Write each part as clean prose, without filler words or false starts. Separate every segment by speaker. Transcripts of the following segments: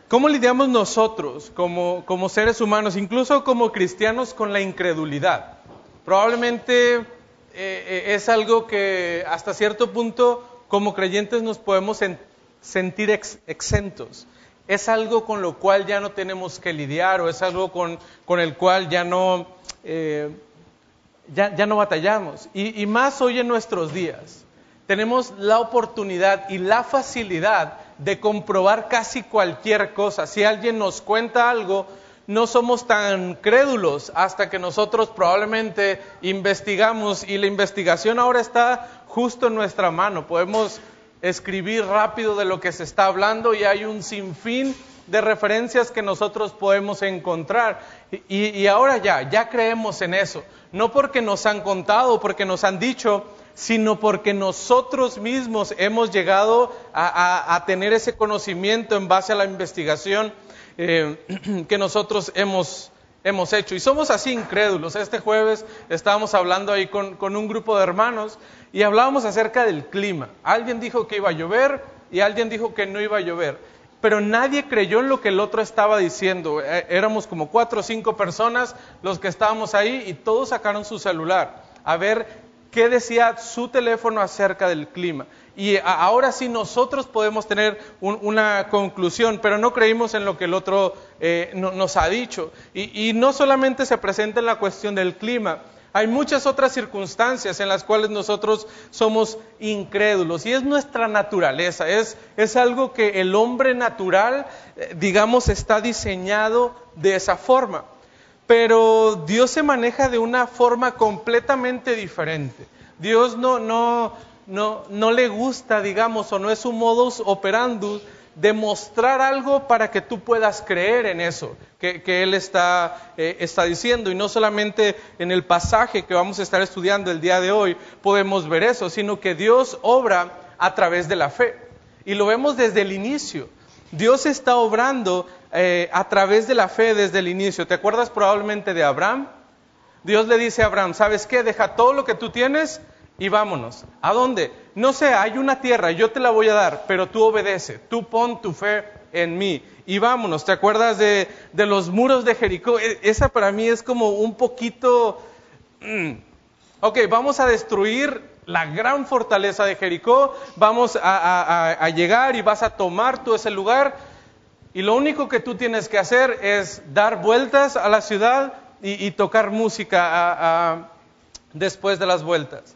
Speaker 1: ¿Cómo lidiamos nosotros como seres humanos, incluso como cristianos, con la incredulidad? Probablemente es algo que hasta cierto punto como creyentes nos podemos sentir exentos. Es algo con lo cual ya no tenemos que lidiar, o es algo con el cual ya no batallamos. Y más hoy en nuestros días. Tenemos la oportunidad y la facilidad de comprobar casi cualquier cosa. Si alguien nos cuenta algo, no somos tan crédulos hasta que nosotros probablemente investigamos, y la investigación ahora está justo en nuestra mano. Podemos escribir rápido de lo que se está hablando y hay un sinfín de referencias que nosotros podemos encontrar. Y ahora ya creemos en eso. No porque nos han contado, porque nos han dicho, sino porque nosotros mismos hemos llegado a tener ese conocimiento en base a la investigación que nosotros hemos hecho. Y somos así incrédulos. Este jueves estábamos hablando ahí con un grupo de hermanos y hablábamos acerca del clima. Alguien dijo que iba a llover y alguien dijo que no iba a llover. Pero nadie creyó en lo que el otro estaba diciendo. Éramos como 4 o 5 personas los que estábamos ahí y todos sacaron su celular a ver qué decía su teléfono acerca del clima. Y ahora sí nosotros podemos tener una conclusión, pero no creímos en lo que el otro nos ha dicho. Y no solamente se presenta en la cuestión del clima, hay muchas otras circunstancias en las cuales nosotros somos incrédulos. Y es nuestra naturaleza, es algo que el hombre natural, digamos, está diseñado de esa forma. Pero Dios se maneja de una forma completamente diferente. Dios no le gusta, digamos, o no es su modus operandi demostrar algo para que tú puedas creer en eso que Él está diciendo. Y no solamente en el pasaje que vamos a estar estudiando el día de hoy podemos ver eso, sino que Dios obra a través de la fe. Y lo vemos desde el inicio. Dios está obrando a través de la fe desde el inicio. ¿Te acuerdas probablemente de Abraham? Dios le dice a Abraham, ¿sabes qué? Deja todo lo que tú tienes y vámonos. ¿A dónde? No sé, hay una tierra, yo te la voy a dar, pero tú obedece, tú pon tu fe en mí y vámonos. ¿Te acuerdas de los muros de Jericó? Esa para mí es como un poquito... Ok, vamos a destruir la gran fortaleza de Jericó, vamos a llegar y vas a tomar tú ese lugar, y lo único que tú tienes que hacer es dar vueltas a la ciudad y tocar música después de las vueltas.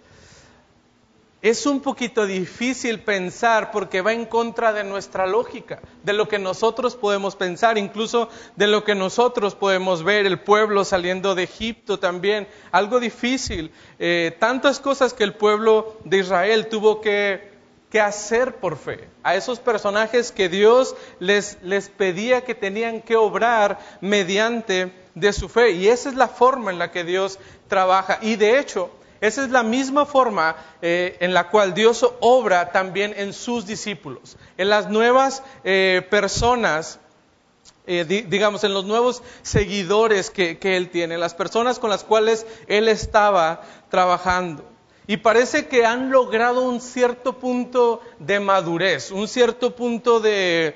Speaker 1: Es un poquito difícil pensar porque va en contra de nuestra lógica, de lo que nosotros podemos pensar, incluso de lo que nosotros podemos ver, el pueblo saliendo de Egipto también, algo difícil, tantas cosas que el pueblo de Israel tuvo que hacer por fe, a esos personajes que Dios les pedía que tenían que obrar mediante de su fe, y esa es la forma en la que Dios trabaja, y de hecho, esa es la misma forma en la cual Dios obra también en sus discípulos, en las nuevas personas, digamos, en los nuevos seguidores que Él tiene, las personas con las cuales Él estaba trabajando. Y parece que han logrado un cierto punto de madurez, un cierto punto de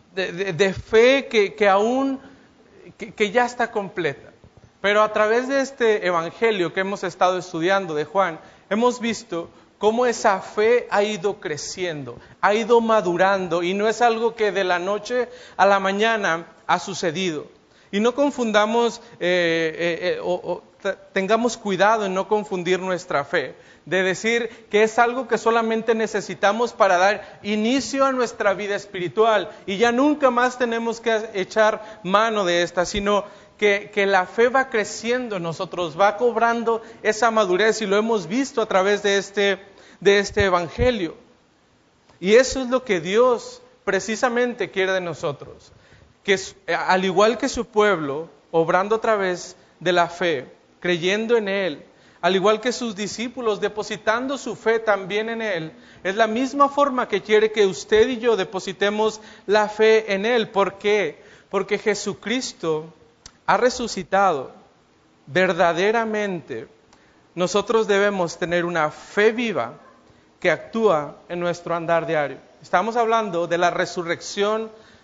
Speaker 1: fe que aún que ya está completa. Pero a través de este evangelio que hemos estado estudiando de Juan, hemos visto cómo esa fe ha ido creciendo, ha ido madurando, y no es algo que de la noche a la mañana ha sucedido. Y no confundamos, tengamos cuidado en no confundir nuestra fe, de decir que es algo que solamente necesitamos para dar inicio a nuestra vida espiritual y ya nunca más tenemos que echar mano de esta, sino que la fe va creciendo en nosotros, va cobrando esa madurez, y lo hemos visto a través de este evangelio. Y eso es lo que Dios precisamente quiere de nosotros, que al igual que su pueblo, obrando a través de la fe, creyendo en Él, al igual que sus discípulos, depositando su fe también en Él, es la misma forma que quiere que usted y yo depositemos la fe en Él. ¿Por qué? Porque Jesucristo ha resucitado verdaderamente. Nosotros debemos tener una fe viva que actúa en nuestro andar diario. Estamos hablando de la resurrección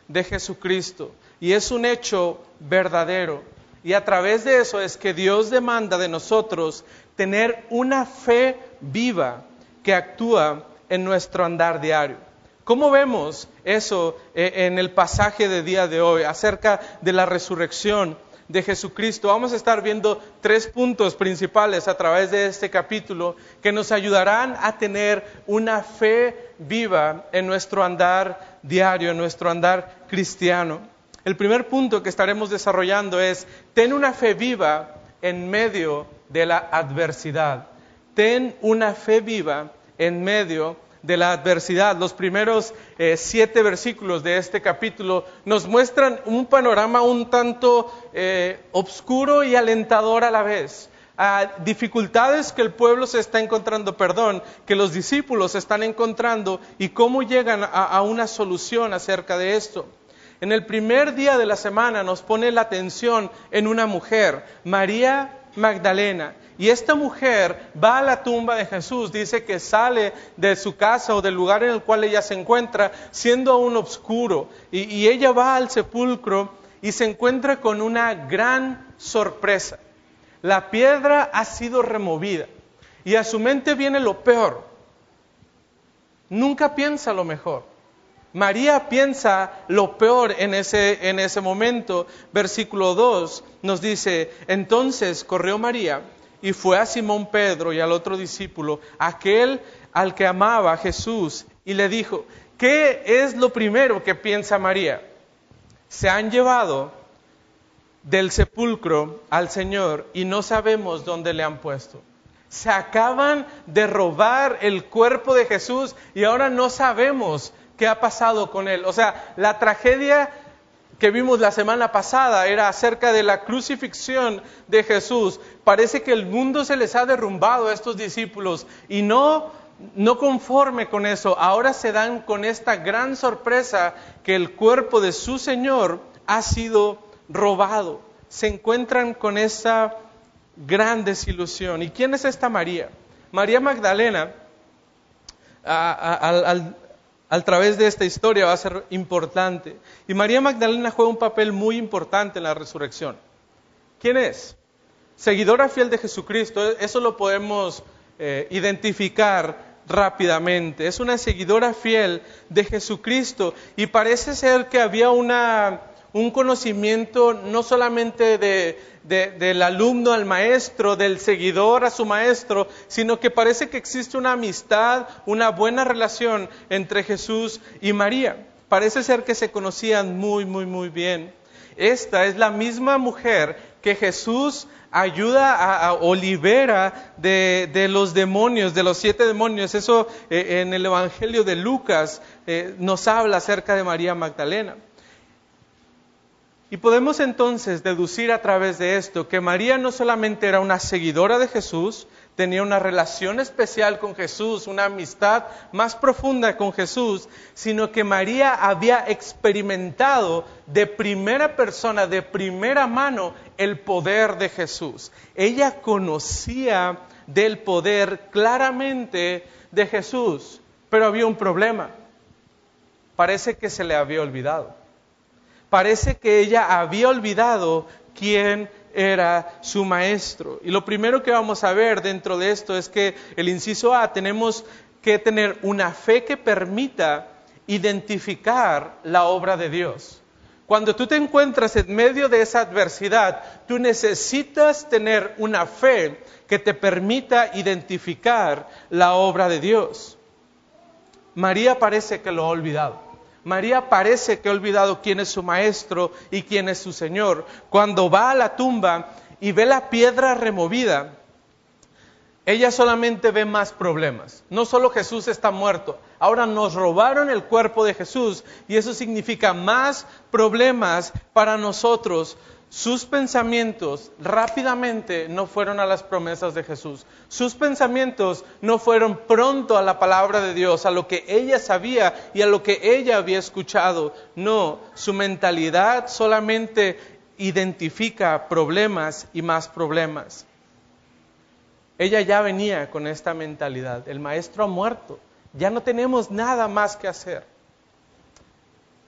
Speaker 1: de Jesucristo. Y es un hecho verdadero. Y a través de eso es que Dios demanda de nosotros tener una fe viva que actúa en nuestro andar diario. ¿Cómo vemos eso en el pasaje de día de hoy acerca de la resurrección de Jesucristo? Vamos a estar viendo 3 puntos principales a través de este capítulo que nos ayudarán a tener una fe viva en nuestro andar diario, en nuestro andar cristiano. El primer punto que estaremos desarrollando es: ten una fe viva en medio de la adversidad. Ten una fe viva en medio de la adversidad. Los primeros 7 versículos de este capítulo nos muestran un panorama un tanto oscuro y alentador a la vez. Dificultades que el pueblo se está encontrando, que los discípulos están encontrando, y cómo llegan a una solución acerca de esto. En el primer día de la semana nos pone la atención en una mujer, María Magdalena. Y esta mujer va a la tumba de Jesús, dice que sale de su casa o del lugar en el cual ella se encuentra, siendo aún oscuro. Y ella va al sepulcro y se encuentra con una gran sorpresa. La piedra ha sido removida y a su mente viene lo peor. Nunca piensa lo mejor. María piensa lo peor en ese momento. Versículo 2 nos dice: entonces corrió María y fue a Simón Pedro y al otro discípulo, aquel al que amaba Jesús, y le dijo. ¿Qué es lo primero que piensa María? Se han llevado del sepulcro al Señor y no sabemos dónde le han puesto. Se acaban de robar el cuerpo de Jesús y ahora no sabemos qué ha pasado con él. O sea, la tragedia que vimos la semana pasada era acerca de la crucifixión de Jesús. Parece que el mundo se les ha derrumbado a estos discípulos y no conforme con eso, ahora se dan con esta gran sorpresa que el cuerpo de su Señor ha sido robado. Se encuentran con esa gran desilusión. ¿Y quién es esta María? María Magdalena, a través de esta historia va a ser importante. Y María Magdalena juega un papel muy importante en la resurrección. ¿Quién es? Seguidora fiel de Jesucristo. Eso lo podemos identificar rápidamente. Es una seguidora fiel de Jesucristo. Y parece ser que había un conocimiento no solamente del alumno al maestro, del seguidor a su maestro, sino que parece que existe una amistad, una buena relación entre Jesús y María. Parece ser que se conocían muy, muy, muy bien. Esta es la misma mujer que Jesús ayuda o libera de los demonios, de los 7 demonios. Eso en el Evangelio de Lucas nos habla acerca de María Magdalena. Y podemos entonces deducir a través de esto que María no solamente era una seguidora de Jesús, tenía una relación especial con Jesús, una amistad más profunda con Jesús, sino que María había experimentado de primera persona, de primera mano, el poder de Jesús. Ella conocía del poder claramente de Jesús, pero había un problema. Parece que se le había olvidado. Parece que ella había olvidado quién era su maestro. Y lo primero que vamos a ver dentro de esto es que el inciso A, tenemos que tener una fe que permita identificar la obra de Dios. Cuando tú te encuentras en medio de esa adversidad, tú necesitas tener una fe que te permita identificar la obra de Dios. María parece que lo ha olvidado. María parece que ha olvidado quién es su maestro y quién es su Señor. Cuando va a la tumba y ve la piedra removida, ella solamente ve más problemas. No solo Jesús está muerto, ahora nos robaron el cuerpo de Jesús y eso significa más problemas para nosotros. Sus pensamientos rápidamente no fueron a las promesas de Jesús. Sus pensamientos no fueron pronto a la palabra de Dios, a lo que ella sabía y a lo que ella había escuchado. No, su mentalidad solamente identifica problemas y más problemas. Ella ya venía con esta mentalidad. El maestro ha muerto, ya no tenemos nada más que hacer.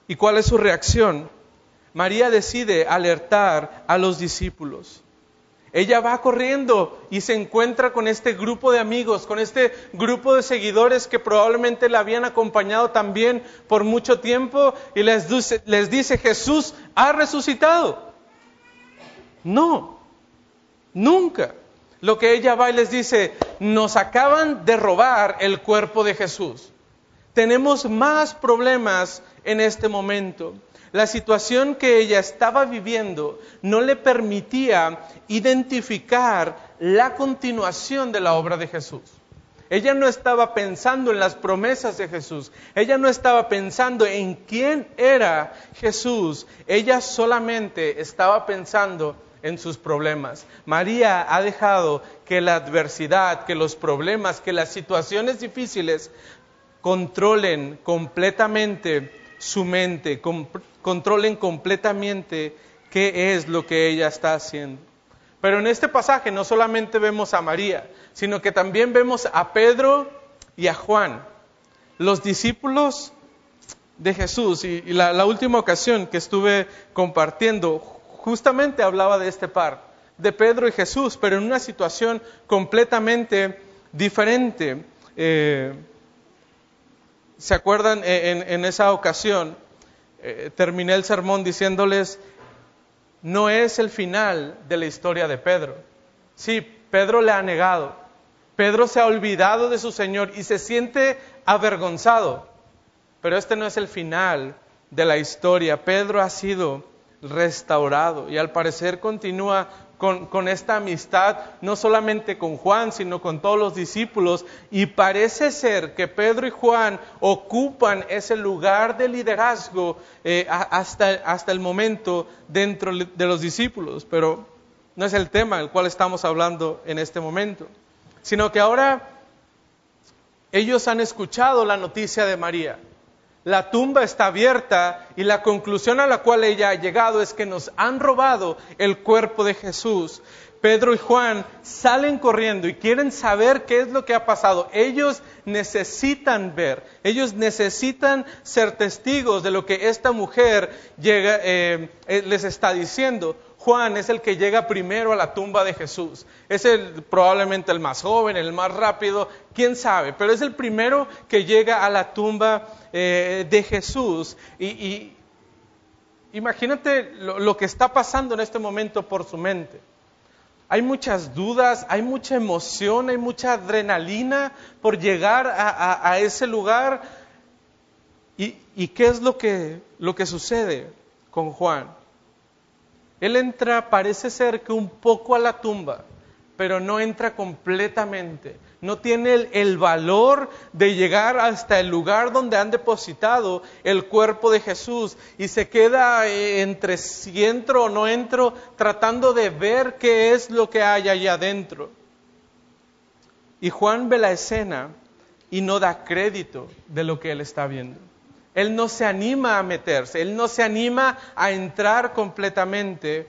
Speaker 1: ¿Y cuál es su reacción? María decide alertar a los discípulos. Ella va corriendo y se encuentra con este grupo de amigos, con este grupo de seguidores que probablemente la habían acompañado también por mucho tiempo y les dice, Jesús ha resucitado. No, nunca. Lo que ella va y les dice, nos acaban de robar el cuerpo de Jesús. Tenemos más problemas en este momento. La situación que ella estaba viviendo no le permitía identificar la continuación de la obra de Jesús. Ella no estaba pensando en las promesas de Jesús. Ella no estaba pensando en quién era Jesús. Ella solamente estaba pensando en sus problemas. María ha dejado que la adversidad, que los problemas, que las situaciones difíciles controlen completamente su mente, controlen completamente qué es lo que ella está haciendo. Pero en este pasaje no solamente vemos a María, sino que también vemos a Pedro y a Juan, los discípulos de Jesús. Y la última ocasión que estuve compartiendo, justamente hablaba de este par, de Pedro y Jesús, pero en una situación completamente diferente. ¿Se acuerdan? En esa ocasión terminé el sermón diciéndoles, no es el final de la historia de Pedro. Sí, Pedro le ha negado. Pedro se ha olvidado de su Señor y se siente avergonzado. Pero este no es el final de la historia. Pedro ha sido restaurado y al parecer continúa con esta amistad, no solamente con Juan, sino con todos los discípulos, y parece ser que Pedro y Juan ocupan ese lugar de liderazgo hasta el momento dentro de los discípulos, pero no es el tema del cual estamos hablando en este momento, sino que ahora ellos han escuchado la noticia de María. La tumba está abierta y la conclusión a la cual ella ha llegado es que nos han robado el cuerpo de Jesús. Pedro y Juan salen corriendo y quieren saber qué es lo que ha pasado. Ellos necesitan ver, ellos necesitan ser testigos de lo que esta mujer les está diciendo. Juan es el que llega primero a la tumba de Jesús. Es probablemente el más joven, el más rápido, quién sabe, pero es el primero que llega a la tumba de Jesús. Y imagínate lo que está pasando en este momento por su mente. Hay muchas dudas, hay mucha emoción, hay mucha adrenalina por llegar a ese lugar. ¿Y qué es lo que sucede con Juan? Él entra, parece ser que un poco a la tumba, pero no entra completamente. No tiene el valor de llegar hasta el lugar donde han depositado el cuerpo de Jesús y se queda entre si entro o no entro, tratando de ver qué es lo que hay allá adentro. Y Juan ve la escena y no da crédito de lo que él está viendo. Él no se anima a meterse, él no se anima a entrar completamente,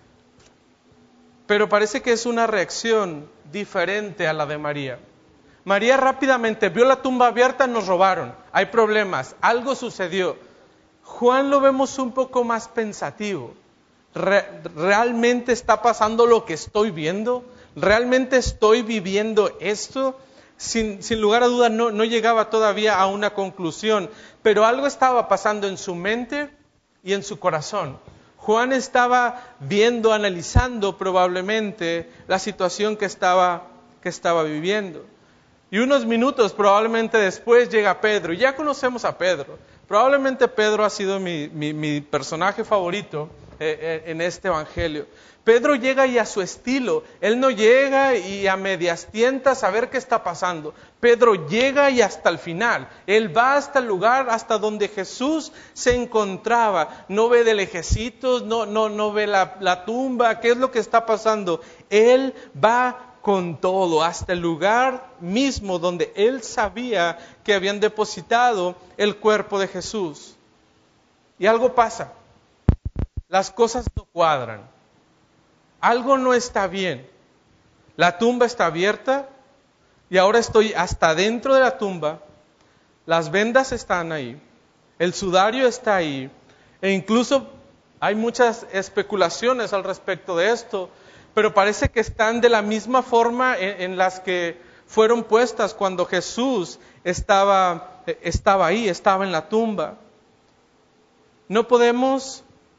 Speaker 1: pero parece que es una reacción diferente a la de María. María rápidamente vio la tumba abierta, nos robaron, hay problemas, algo sucedió. Juan lo vemos un poco más pensativo. ¿Realmente está pasando lo que estoy viendo? ¿Realmente estoy viviendo esto? Sin lugar a dudas no llegaba todavía a una conclusión, pero algo estaba pasando en su mente y en su corazón. Juan estaba viendo, analizando probablemente la situación que estaba viviendo. Y unos minutos probablemente después llega Pedro, y ya conocemos a Pedro. Probablemente Pedro ha sido mi personaje favorito en este evangelio. Pedro llega y a su estilo, él no llega y a medias tientas a ver qué está pasando. Pedro llega y hasta el final, él va hasta el lugar, hasta donde Jesús se encontraba. No ve de lejecitos, no ve la tumba, qué es lo que está pasando. Él va con todo, hasta el lugar mismo donde él sabía que habían depositado el cuerpo de Jesús. Y algo pasa, las cosas no cuadran. Algo no está bien. La tumba está abierta y ahora estoy hasta dentro de la tumba. Las vendas están ahí. El sudario está ahí. E incluso hay muchas especulaciones al respecto de esto, pero parece que están de la misma forma en las que fueron puestas cuando Jesús estaba ahí, estaba en la tumba. No podemos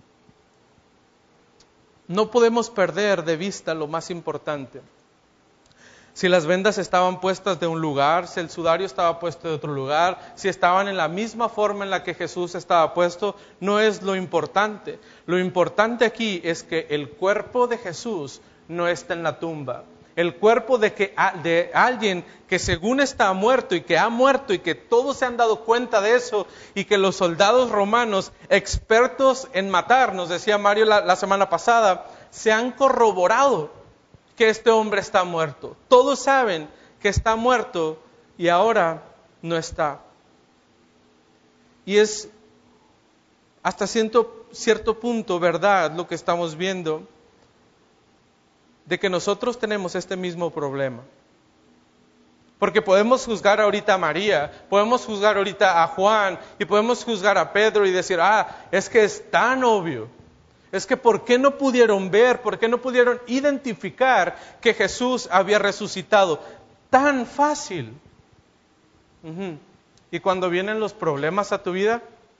Speaker 1: perder de vista lo más importante. Si las vendas estaban puestas de un lugar, si el sudario estaba puesto de otro lugar, si estaban en la misma forma en la que Jesús estaba puesto, no es lo importante. Lo importante aquí es que el cuerpo de Jesús no está en la tumba. El cuerpo de alguien que según está muerto y que ha muerto y que todos se han dado cuenta de eso y que los soldados romanos, expertos en matar, nos decía Mario la semana pasada, se han corroborado que este hombre está muerto. Todos saben que está muerto y ahora no está. Y es hasta cierto punto verdad lo que estamos viendo, de que nosotros tenemos este mismo problema. Porque podemos juzgar ahorita a María, podemos juzgar ahorita a Juan y podemos juzgar a Pedro y decir, es que es tan obvio. Es que ¿por qué no pudieron ver, por qué no pudieron identificar que Jesús había resucitado? Tan fácil. ¿Y cuando vienen los problemas a tu vida?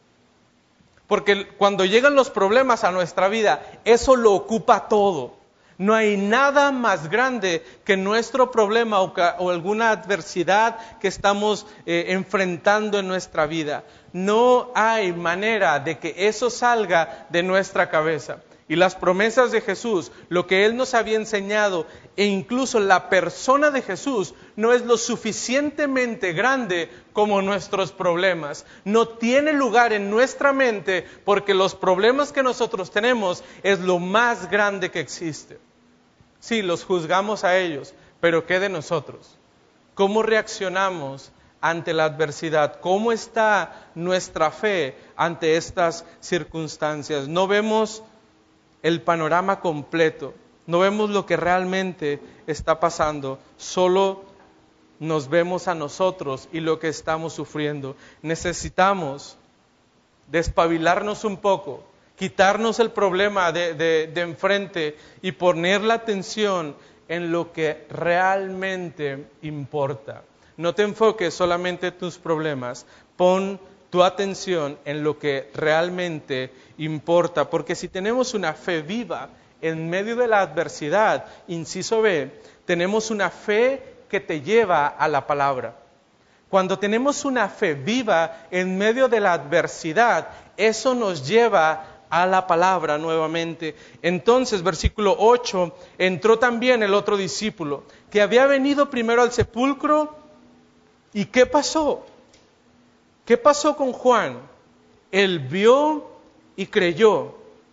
Speaker 1: Porque cuando llegan los problemas a nuestra vida, eso lo ocupa todo. No hay nada más grande que nuestro problema o alguna adversidad que estamos enfrentando en nuestra vida. No hay manera de que eso salga de nuestra cabeza. Y las promesas de Jesús, lo que Él nos había enseñado, e incluso la persona de Jesús, no es lo suficientemente grande como nuestros problemas. No tiene lugar en nuestra mente porque los problemas que nosotros tenemos es lo más grande que existe. Sí, los juzgamos a ellos, pero ¿qué de nosotros? ¿Cómo reaccionamos ante la adversidad? ¿Cómo está nuestra fe ante estas circunstancias? No vemos el panorama completo, no vemos lo que realmente está pasando, solo nos vemos a nosotros y lo que estamos sufriendo. Necesitamos despabilarnos un poco, quitarnos el problema de enfrente y poner la atención en lo que realmente importa. No te enfoques solamente en tus problemas, pon tu atención en lo que realmente importa, porque si tenemos una fe viva en medio de la adversidad, inciso B, tenemos una fe que te lleva a la palabra. Cuando tenemos una fe viva en medio de la adversidad, eso nos lleva a la palabra nuevamente. Entonces, versículo 8, entró también el otro discípulo, que había venido primero al sepulcro. ¿Y qué pasó? ¿Qué pasó con Juan? Él vio y creyó.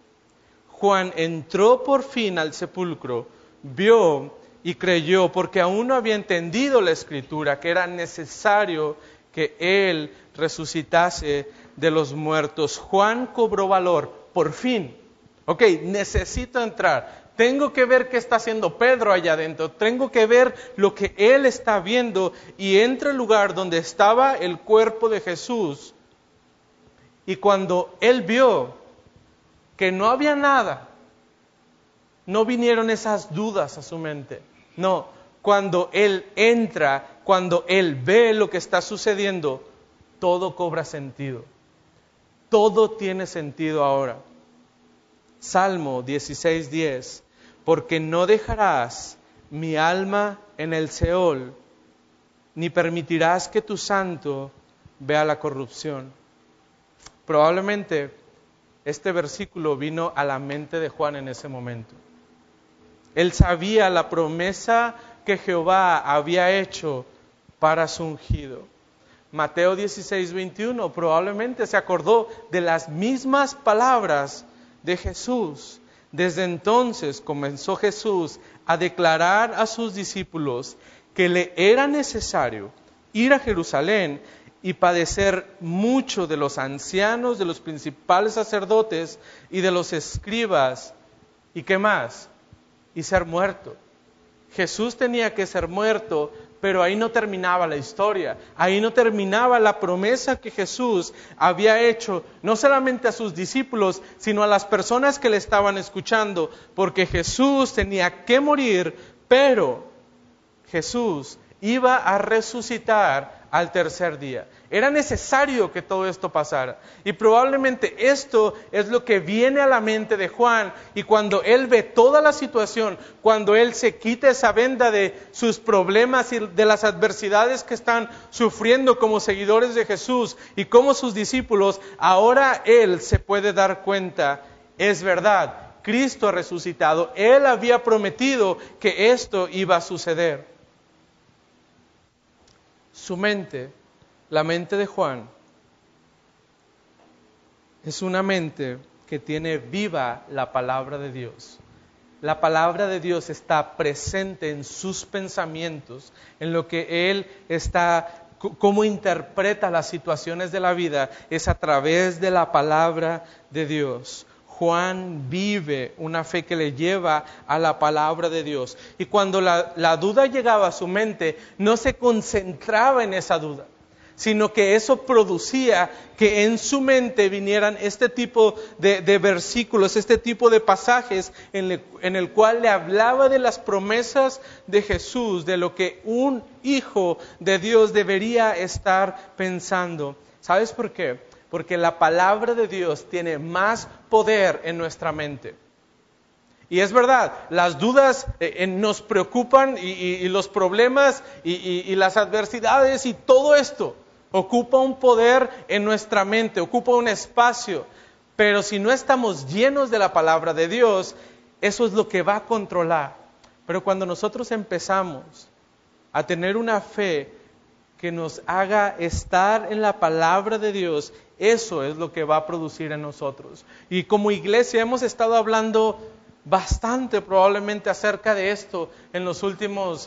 Speaker 1: Juan entró por fin al sepulcro, vio y creyó, porque aún no había entendido la Escritura, que era necesario que Él resucitase de los muertos. Juan cobró valor, por fin. Ok, necesito entrar. Tengo que ver qué está haciendo Pedro allá adentro. Tengo que ver lo que él está viendo. Y entra al lugar donde estaba el cuerpo de Jesús. Y cuando él vio que no había nada, no vinieron esas dudas a su mente. No, cuando él entra, cuando él ve lo que está sucediendo, todo cobra sentido. Todo tiene sentido ahora. Salmo 16:10, porque no dejarás mi alma en el Seol, ni permitirás que tu santo vea la corrupción. Probablemente este versículo vino a la mente de Juan en ese momento. Él sabía la promesa que Jehová había hecho para su ungido. Mateo 16:21 probablemente se acordó de las mismas palabras de Jesús. Desde entonces comenzó Jesús a declarar a sus discípulos que le era necesario ir a Jerusalén y padecer mucho de los ancianos, de los principales sacerdotes y de los escribas. ¿Y qué más? Y ser muerto. Jesús tenía que ser muerto pero ahí no terminaba la historia, ahí no terminaba la promesa que Jesús había hecho, no solamente a sus discípulos, sino a las personas que le estaban escuchando, porque Jesús tenía que morir, pero Jesús iba a resucitar al tercer día. Era necesario que todo esto pasara. Y probablemente esto es lo que viene a la mente de Juan. Y cuando él ve toda la situación, cuando él se quita esa venda de sus problemas y de las adversidades que están sufriendo como seguidores de Jesús y como sus discípulos, ahora él se puede dar cuenta, es verdad, Cristo ha resucitado. Él había prometido que esto iba a suceder. Su mente, la mente de Juan, es una mente que tiene viva la palabra de Dios. La palabra de Dios está presente en sus pensamientos, en lo que él está, cómo interpreta las situaciones de la vida, es a través de la palabra de Dios. Juan vive una fe que le lleva a la palabra de Dios. Y cuando la duda llegaba a su mente, no se concentraba en esa duda, sino que eso producía que en su mente vinieran este tipo de versículos, este tipo de pasajes en el cual le hablaba de las promesas de Jesús, de lo que un hijo de Dios debería estar pensando. ¿Sabes por qué? Porque la palabra de Dios tiene más poder en nuestra mente. Y es verdad, las dudas nos preocupan y los problemas y las adversidades y todo esto ocupa un poder en nuestra mente, ocupa un espacio. Pero si no estamos llenos de la palabra de Dios, eso es lo que va a controlar. Pero cuando nosotros empezamos a tener una fe que nos haga estar en la palabra de Dios, eso es lo que va a producir en nosotros. Y como iglesia hemos estado hablando bastante probablemente acerca de esto en los últimos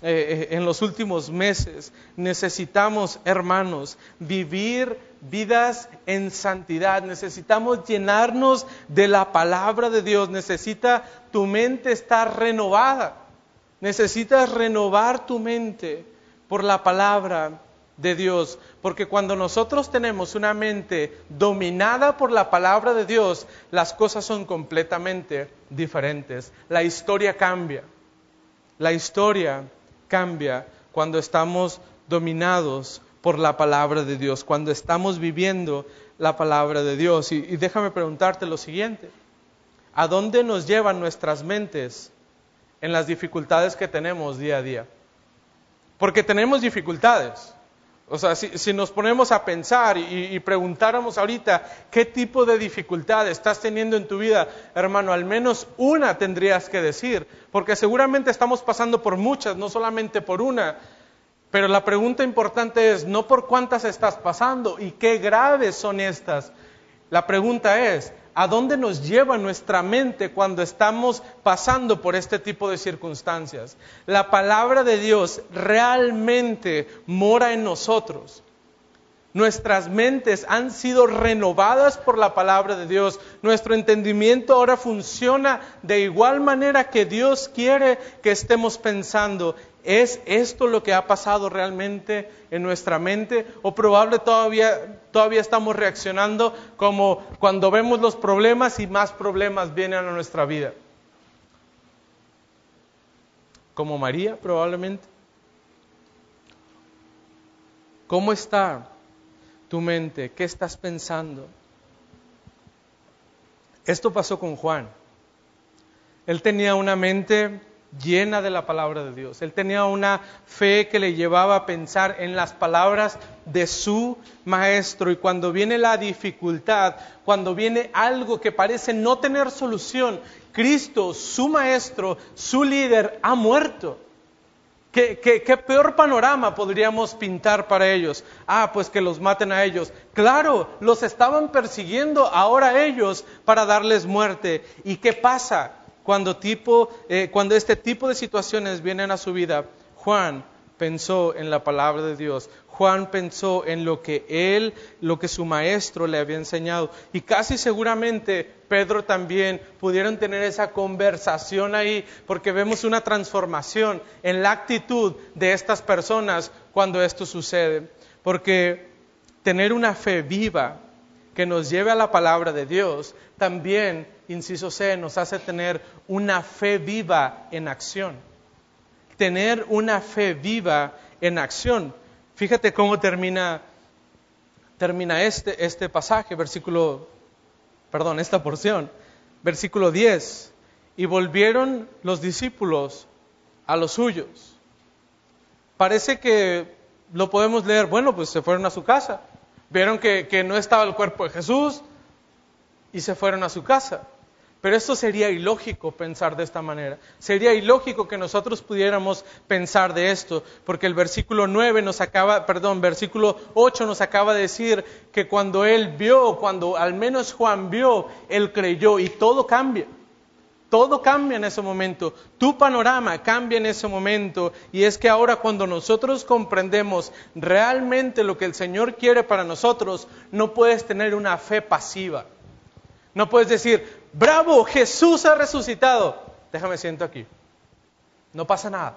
Speaker 1: meses. Necesitamos, hermanos, vivir vidas en santidad. Necesitamos llenarnos de la palabra de Dios. Necesita tu mente estar renovada. Necesitas renovar tu mente por la palabra de Dios, porque cuando nosotros tenemos una mente dominada por la palabra de Dios, las cosas son completamente diferentes. La historia cambia. La historia cambia cuando estamos dominados por la palabra de Dios, cuando estamos viviendo la palabra de Dios. Y déjame preguntarte lo siguiente: ¿a dónde nos llevan nuestras mentes en las dificultades que tenemos día a día? Porque tenemos dificultades. O sea, si nos ponemos a pensar y preguntáramos ahorita qué tipo de dificultad estás teniendo en tu vida, hermano, al menos una tendrías que decir, porque seguramente estamos pasando por muchas, no solamente por una. Pero la pregunta importante es no por cuántas estás pasando y qué graves son estas. La pregunta es, ¿a dónde nos lleva nuestra mente cuando estamos pasando por este tipo de circunstancias? La palabra de Dios realmente mora en nosotros. Nuestras mentes han sido renovadas por la palabra de Dios. Nuestro entendimiento ahora funciona de igual manera que Dios quiere que estemos pensando. ¿Es esto lo que ha pasado realmente en nuestra mente? ¿O probable todavía estamos reaccionando como cuando vemos los problemas y más problemas vienen a nuestra vida? Como María, probablemente. ¿Cómo está tu mente? ¿Qué estás pensando? Esto pasó con Juan. Él tenía una mente llena de la palabra de Dios. Él tenía una fe que le llevaba a pensar en las palabras de su maestro. Y cuando viene la dificultad, cuando viene algo que parece no tener solución, Cristo, su maestro, su líder, ha muerto. ¿Qué peor panorama podríamos pintar para ellos? Pues que los maten a ellos. Claro, los estaban persiguiendo ahora a ellos para darles muerte. ¿Y qué pasa cuando este tipo de situaciones vienen a su vida? Juan pensó en la palabra de Dios. Juan pensó en lo que su maestro le había enseñado. Y casi seguramente Pedro también pudieron tener esa conversación ahí, porque vemos una transformación en la actitud de estas personas cuando esto sucede. Porque tener una fe viva que nos lleve a la palabra de Dios, también, inciso C, nos hace tener una fe viva en acción. Tener una fe viva en acción. Fíjate cómo termina este pasaje, esta porción, versículo 10. Y volvieron los discípulos a los suyos. Parece que lo podemos leer, bueno, pues se fueron a su casa. Vieron que no estaba el cuerpo de Jesús y se fueron a su casa. Pero esto sería ilógico pensar de esta manera. Sería ilógico que nosotros pudiéramos pensar de esto, porque el versículo 8 nos acaba de decir que cuando cuando al menos Juan vio, él creyó y todo cambia. Todo cambia en ese momento. Tu panorama cambia en ese momento. Y es que ahora cuando nosotros comprendemos realmente lo que el Señor quiere para nosotros, no puedes tener una fe pasiva. No puedes decir, ¡bravo! Jesús ha resucitado. Déjame siento aquí. No pasa nada.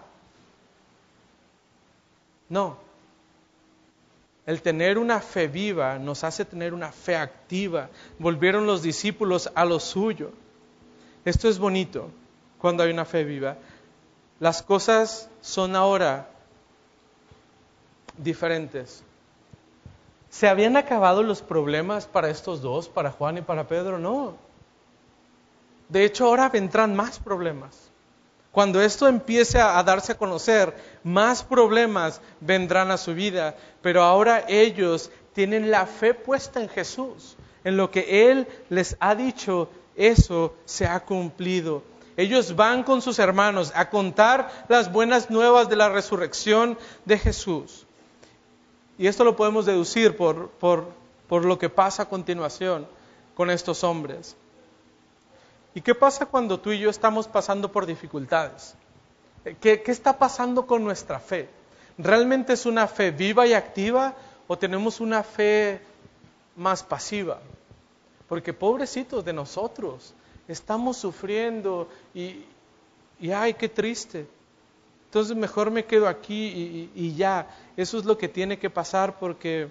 Speaker 1: No. El tener una fe viva nos hace tener una fe activa. Volvieron los discípulos a lo suyo. Esto es bonito cuando hay una fe viva. Las cosas son ahora diferentes. ¿Se habían acabado los problemas para estos dos, para Juan y para Pedro? No. De hecho, ahora vendrán más problemas. Cuando esto empiece a darse a conocer, más problemas vendrán a su vida. Pero ahora ellos tienen la fe puesta en Jesús. En lo que Él les ha dicho, eso se ha cumplido. Ellos van con sus hermanos a contar las buenas nuevas de la resurrección de Jesús. Y esto lo podemos deducir por lo que pasa a continuación con estos hombres. ¿Y qué pasa cuando tú y yo estamos pasando por dificultades? ¿Qué está pasando con nuestra fe? ¿Realmente es una fe viva y activa o tenemos una fe más pasiva? Porque pobrecitos de nosotros, estamos sufriendo y ¡ay, qué triste! Entonces mejor me quedo aquí y ya. Eso es lo que tiene que pasar porque,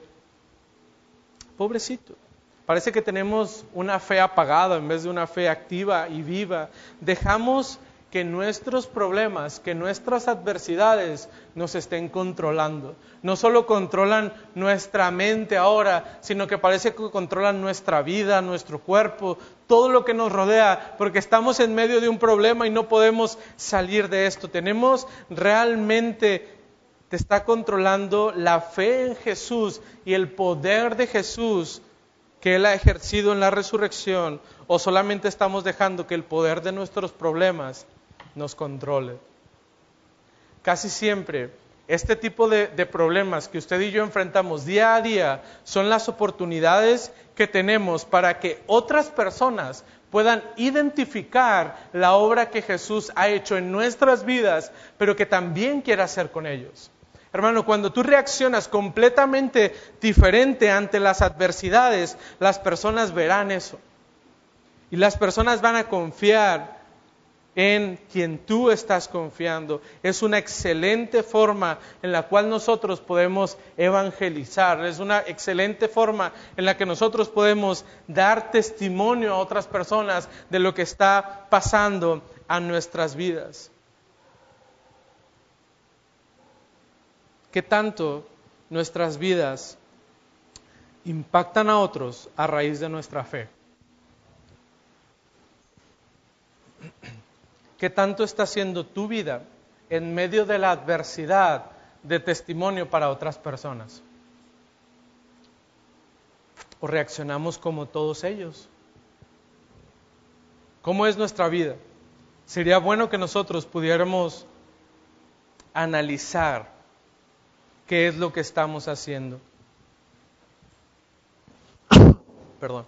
Speaker 1: pobrecito, parece que tenemos una fe apagada en vez de una fe activa y viva. Dejamos que nuestros problemas, que nuestras adversidades nos estén controlando. No solo controlan nuestra mente ahora, sino que parece que controlan nuestra vida, nuestro cuerpo, todo lo que nos rodea, porque estamos en medio de un problema y no podemos salir de esto. Tenemos realmente, te está controlando la fe en Jesús y el poder de Jesús que Él ha ejercido en la resurrección, o solamente estamos dejando que el poder de nuestros problemas nos controle. Casi siempre, este tipo de problemas que usted y yo enfrentamos día a día son las oportunidades que tenemos para que otras personas puedan identificar la obra que Jesús ha hecho en nuestras vidas, pero que también quiere hacer con ellos. Hermano, cuando tú reaccionas completamente diferente ante las adversidades, las personas verán eso. Y las personas van a confiar en quien tú estás confiando. Es una excelente forma en la cual nosotros podemos evangelizar. Es una excelente forma en la que nosotros podemos dar testimonio a otras personas de lo que está pasando a nuestras vidas. ¿Qué tanto nuestras vidas impactan a otros a raíz de nuestra fe? ¿Qué tanto está haciendo tu vida en medio de la adversidad de testimonio para otras personas? ¿O reaccionamos como todos ellos? ¿Cómo es nuestra vida? Sería bueno que nosotros pudiéramos analizar qué es lo que estamos haciendo. Perdón.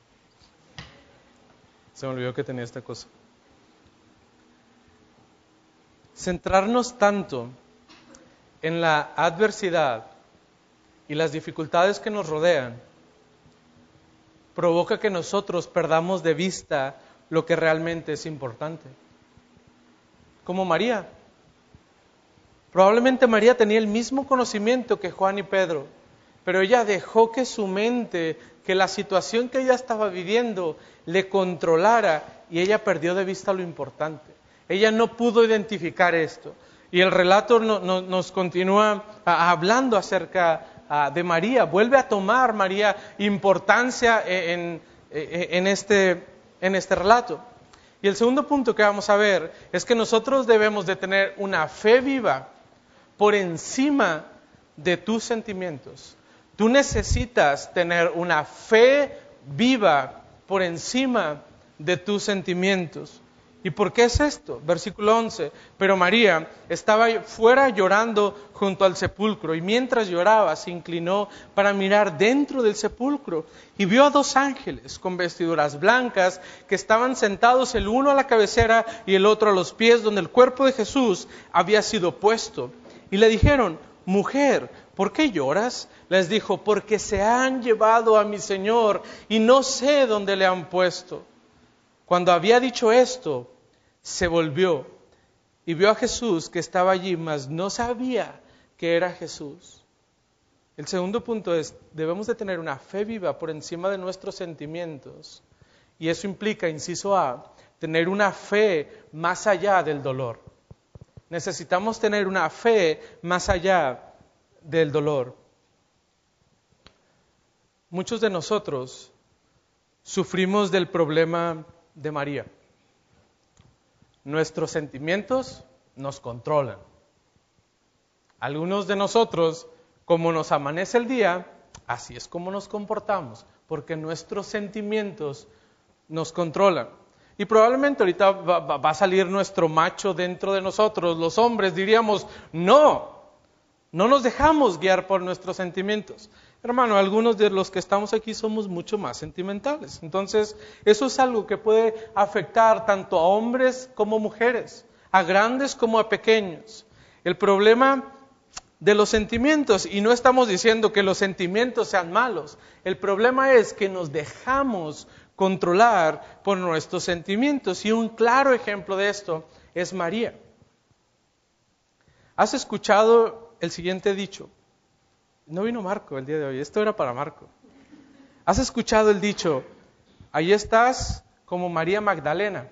Speaker 1: Se me olvidó que tenía esta cosa. Centrarnos tanto en la adversidad y las dificultades que nos rodean provoca que nosotros perdamos de vista lo que realmente es importante. Como María. Probablemente María tenía el mismo conocimiento que Juan y Pedro, pero ella dejó que su mente, que la situación que ella estaba viviendo, le controlara y ella perdió de vista lo importante. Ella no pudo identificar esto. Y el relato nos continúa hablando acerca de María. Vuelve a tomar María importancia en este relato. Y el segundo punto que vamos a ver es que nosotros debemos de tener una fe viva por encima de tus sentimientos. Tú necesitas tener una fe viva por encima de tus sentimientos. ¿Y por qué es esto? Versículo 11. Pero María estaba fuera llorando junto al sepulcro, y mientras lloraba se inclinó para mirar dentro del sepulcro, y vio a 2 ángeles con vestiduras blancas que estaban sentados, el uno a la cabecera y el otro a los pies, donde el cuerpo de Jesús había sido puesto. Y le dijeron: mujer, ¿por qué lloras? Les dijo: porque se han llevado a mi Señor y no sé dónde le han puesto. Cuando había dicho esto, se volvió y vio a Jesús que estaba allí, mas no sabía que era Jesús. El segundo punto es, debemos de tener una fe viva por encima de nuestros sentimientos. Y eso implica, inciso A, tener una fe más allá del dolor. Necesitamos tener una fe más allá del dolor. Muchos de nosotros sufrimos del problema de María. Nuestros sentimientos nos controlan. Algunos de nosotros, como nos amanece el día, así es como nos comportamos, porque nuestros sentimientos nos controlan. Y probablemente ahorita va a salir nuestro macho dentro de nosotros, los hombres diríamos: no nos dejamos guiar por nuestros sentimientos. Hermano, algunos de los que estamos aquí somos mucho más sentimentales. Entonces, eso es algo que puede afectar tanto a hombres como mujeres, a grandes como a pequeños. El problema de los sentimientos, y no estamos diciendo que los sentimientos sean malos, el problema es que nos dejamos controlar por nuestros sentimientos. Y un claro ejemplo de esto es María. ¿Has escuchado el siguiente dicho? No vino Marco el día de hoy, esto era para Marco. ¿Has escuchado el dicho: ahí estás como María Magdalena?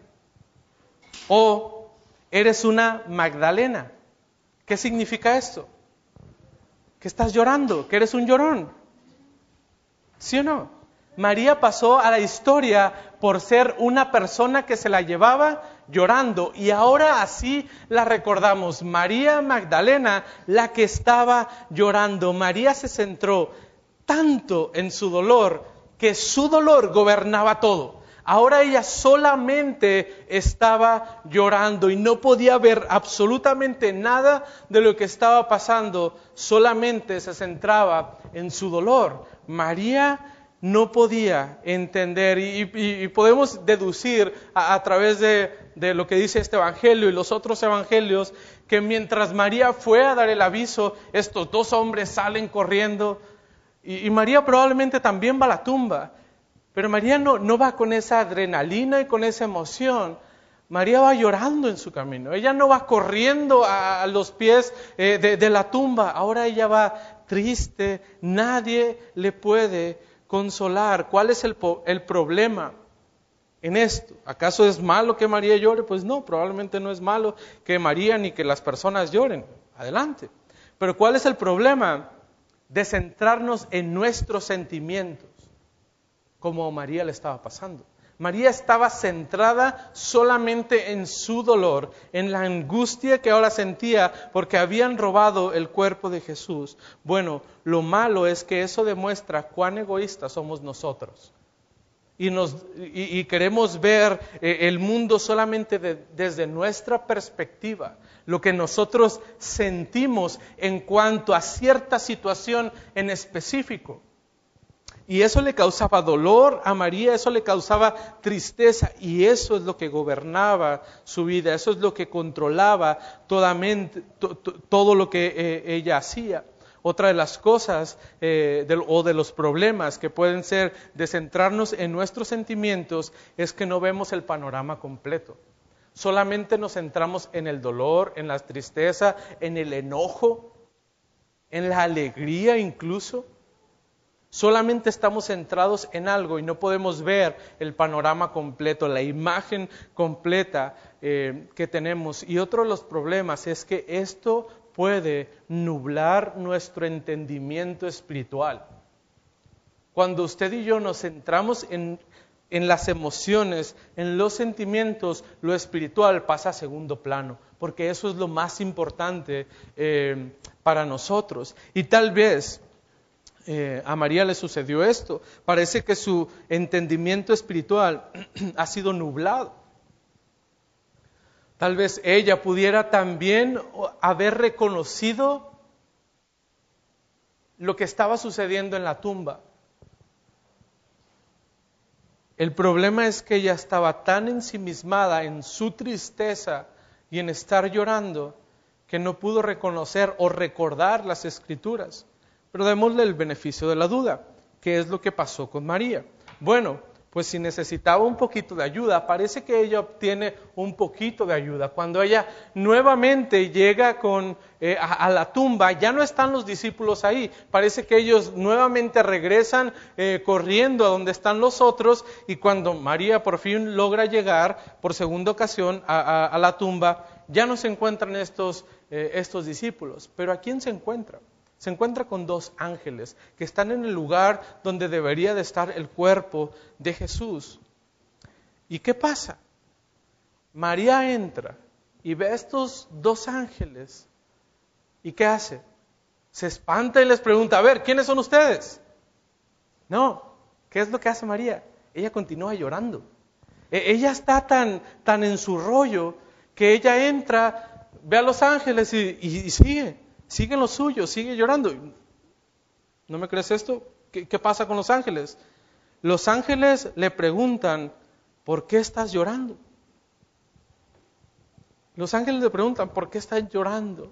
Speaker 1: O eres una Magdalena. ¿Qué significa esto? Que estás llorando, que eres un llorón. ¿Sí o no? María pasó a la historia por ser una persona que se la llevaba llorando, y ahora así la recordamos. María Magdalena, la que estaba llorando. María se centró tanto en su dolor que su dolor gobernaba todo. Ahora ella solamente estaba llorando y no podía ver absolutamente nada de lo que estaba pasando, solamente se centraba en su dolor. María no podía entender, y podemos deducir a través de lo que dice este evangelio y los otros evangelios, que mientras María fue a dar el aviso, estos 2 hombres salen corriendo, y María probablemente también va a la tumba, pero María no va con esa adrenalina y con esa emoción. María va llorando en su camino, ella no va corriendo a los pies de la tumba, ahora ella va triste, nadie le puede consolar. ¿Cuál es el problema en esto? ¿Acaso es malo que María llore? Pues no, probablemente no es malo que María ni que las personas lloren. Adelante. Pero ¿cuál es el problema? De centrarnos en nuestros sentimientos, como María le estaba pasando. María estaba centrada solamente en su dolor, en la angustia que ahora sentía porque habían robado el cuerpo de Jesús. Bueno, lo malo es que eso demuestra cuán egoístas somos nosotros. Y queremos ver el mundo solamente desde nuestra perspectiva, lo que nosotros sentimos en cuanto a cierta situación en específico. Y eso le causaba dolor a María, eso le causaba tristeza, y eso es lo que gobernaba su vida, eso es lo que controlaba todo lo que ella hacía. Otra de las cosas o de los problemas que pueden ser de centrarnos en nuestros sentimientos es que no vemos el panorama completo. Solamente nos centramos en el dolor, en la tristeza, en el enojo, en la alegría incluso. Solamente estamos centrados en algo y no podemos ver el panorama completo, la imagen completa que tenemos. Y otro de los problemas es que esto puede nublar nuestro entendimiento espiritual. Cuando usted y yo nos centramos en las emociones, en los sentimientos, lo espiritual pasa a segundo plano, porque eso es lo más importante para nosotros. Y tal vez a María le sucedió esto. Parece que su entendimiento espiritual ha sido nublado. Tal vez ella pudiera también haber reconocido lo que estaba sucediendo en la tumba. El problema es que ella estaba tan ensimismada en su tristeza y en estar llorando que no pudo reconocer o recordar las Escrituras. Pero démosle el beneficio de la duda. ¿Qué es lo que pasó con María? Bueno, pues si necesitaba un poquito de ayuda, parece que ella obtiene un poquito de ayuda. Cuando ella nuevamente llega a la tumba, ya no están los discípulos ahí. Parece que ellos nuevamente regresan corriendo a donde están los otros, y cuando María por fin logra llegar por segunda ocasión a la tumba, ya no se encuentran estos discípulos. ¿Pero a quién se encuentra? Se encuentra con dos ángeles que están en el lugar donde debería de estar el cuerpo de Jesús. ¿Y qué pasa? María entra y ve a estos dos ángeles. ¿Y qué hace? Se espanta y les pregunta, a ver, ¿quiénes son ustedes? No, ¿qué es lo que hace María? Ella continúa llorando. Ella está tan en su rollo que ella entra, ve a los ángeles y sigue en lo suyo, sigue llorando. ¿No me crees esto? ¿Qué pasa con los ángeles? Los ángeles le preguntan, ¿por qué estás llorando? Los ángeles le preguntan, ¿por qué estás llorando?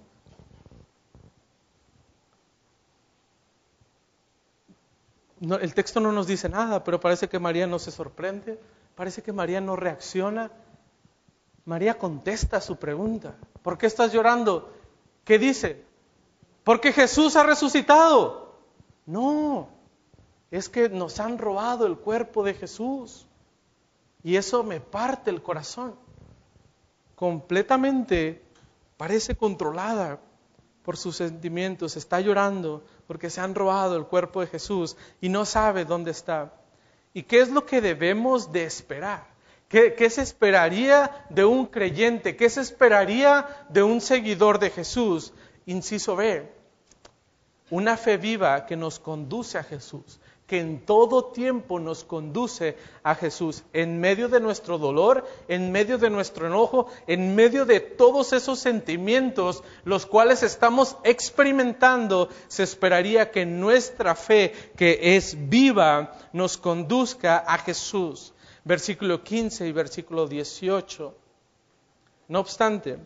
Speaker 1: No, el texto no nos dice nada, pero parece que María no se sorprende, parece que María no reacciona. María contesta su pregunta, ¿por qué estás llorando? ¿Qué dice? Porque Jesús ha resucitado. No, es que nos han robado el cuerpo de Jesús. Y eso me parte el corazón. Completamente parece controlada por sus sentimientos. Está llorando porque se han robado el cuerpo de Jesús y no sabe dónde está. ¿Y qué es lo que debemos de esperar? ¿Qué se esperaría de un creyente? ¿Qué se esperaría de un seguidor de Jesús? Inciso B, una fe viva que nos conduce a Jesús, que en todo tiempo nos conduce a Jesús, en medio de nuestro dolor, en medio de nuestro enojo, en medio de todos esos sentimientos los cuales estamos experimentando. Se esperaría que nuestra fe, que es viva, nos conduzca a Jesús. Versículo 15 y versículo 18. No obstante,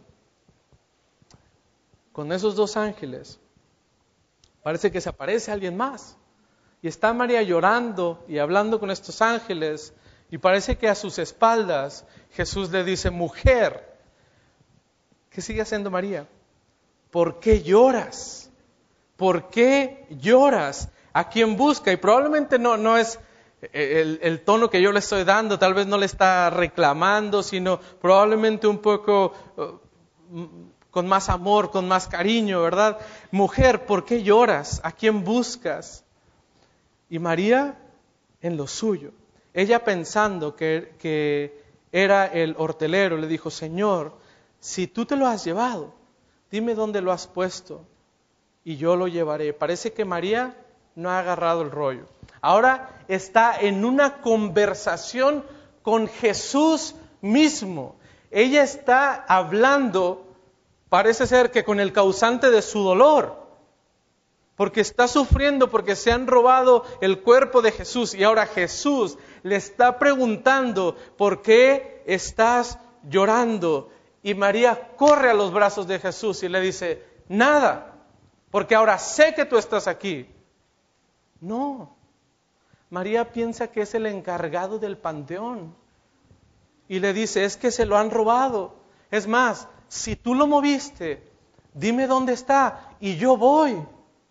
Speaker 1: con esos dos ángeles, parece que se aparece alguien más. Y está María llorando y hablando con estos ángeles. Y parece que a sus espaldas Jesús le dice, mujer, ¿qué sigue haciendo María? ¿Por qué lloras? ¿Por qué lloras? ¿A quién busca? Y probablemente no es el tono que yo le estoy dando, tal vez no le está reclamando, sino probablemente un poco con más amor, con más cariño, ¿verdad? Mujer, ¿por qué lloras? ¿A quién buscas? Y María en lo suyo. Ella pensando que era el hortelero, le dijo, Señor, si tú te lo has llevado, dime dónde lo has puesto y yo lo llevaré. Parece que María no ha agarrado el rollo. Ahora está en una conversación con Jesús mismo. Ella está hablando, parece ser que con el causante de su dolor. porque está sufriendo, porque se han robado el cuerpo de Jesús. Y ahora Jesús le está preguntando, ¿por qué estás llorando? Y María corre a los brazos de Jesús y le dice, nada, porque ahora sé que tú estás aquí. No, María piensa que es el encargado del panteón. Y le dice, es que se lo han robado. Es más, si tú lo moviste, dime dónde está y yo voy.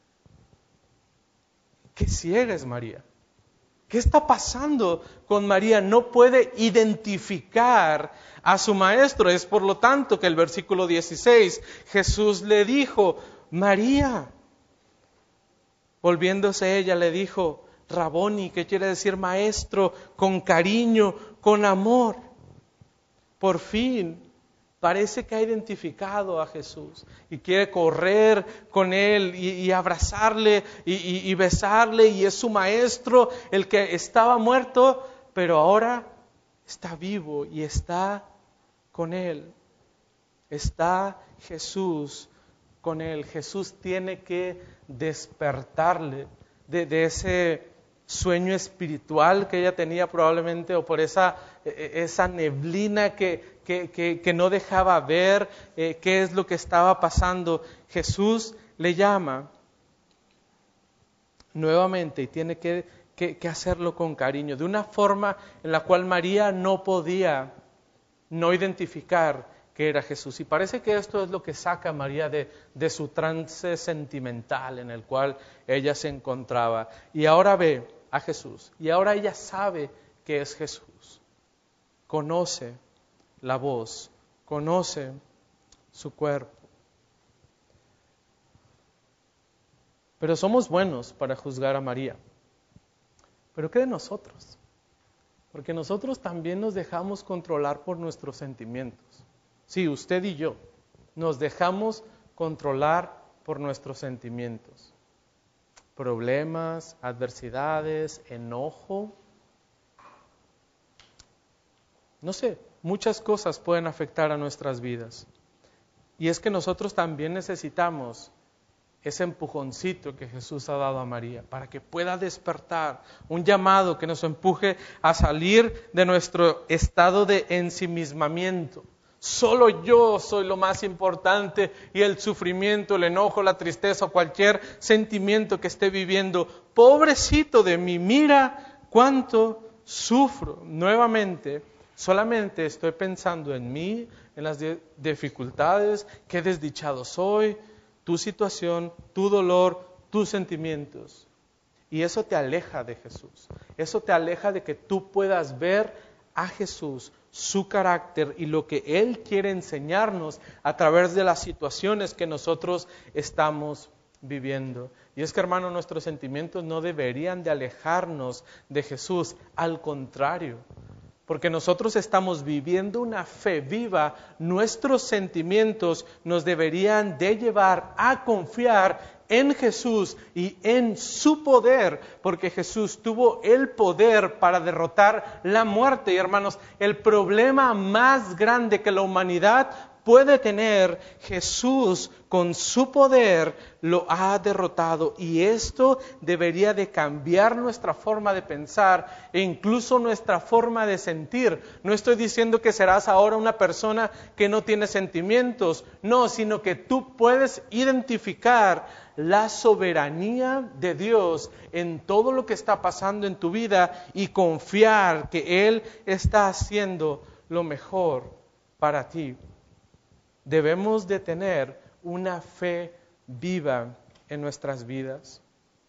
Speaker 1: Qué ciega es María. ¿Qué está pasando con María? No puede identificar a su maestro. Es por lo tanto que el versículo 16, Jesús le dijo, María. Volviéndose ella le dijo, Raboni, que quiere decir maestro, con cariño, con amor. Por fin parece que ha identificado a Jesús y quiere correr con Él y abrazarle y besarle, y es su maestro, el que estaba muerto, pero ahora está vivo y está con Él. Está Jesús con Él. Jesús tiene que despertarle de ese sueño espiritual que ella tenía probablemente, o por esa neblina que no dejaba ver qué es lo que estaba pasando. Jesús le llama nuevamente y tiene que hacerlo con cariño, de una forma en la cual María no podía no identificar que era Jesús. Y parece que esto es lo que saca a María de su trance sentimental en el cual ella se encontraba. Y ahora ve a Jesús, y ahora ella sabe que es Jesús. Conoce la voz, conoce su cuerpo. Pero somos buenos para juzgar a María. ¿Pero qué de nosotros? Porque nosotros también nos dejamos controlar por nuestros sentimientos. Sí, usted y yo nos dejamos controlar por nuestros sentimientos. Problemas, adversidades, enojo. No sé, muchas cosas pueden afectar a nuestras vidas. Y es que nosotros también necesitamos ese empujoncito que Jesús ha dado a María para que pueda despertar, un llamado que nos empuje a salir de nuestro estado de ensimismamiento. Solo yo soy lo más importante, y el sufrimiento, el enojo, la tristeza, cualquier sentimiento que esté viviendo, pobrecito de mí, mira cuánto sufro. Nuevamente, solamente estoy pensando en mí, en las dificultades, qué desdichado soy, tu situación, tu dolor, tus sentimientos. Y eso te aleja de Jesús. Eso te aleja de que tú puedas ver a Jesús, su carácter y lo que Él quiere enseñarnos a través de las situaciones que nosotros estamos viviendo. Y es que, hermano, nuestros sentimientos no deberían de alejarnos de Jesús, al contrario. Porque nosotros estamos viviendo una fe viva, nuestros sentimientos nos deberían de llevar a confiar en Jesús y en su poder, porque Jesús tuvo el poder para derrotar la muerte. Y hermanos, el problema más grande que la humanidad puede tener, Jesús con su poder lo ha derrotado, y esto debería de cambiar nuestra forma de pensar e incluso nuestra forma de sentir. No estoy diciendo que serás ahora una persona que no tiene sentimientos, no, sino que tú puedes identificar la soberanía de Dios en todo lo que está pasando en tu vida y confiar que Él está haciendo lo mejor para ti. Debemos de tener una fe viva en nuestras vidas.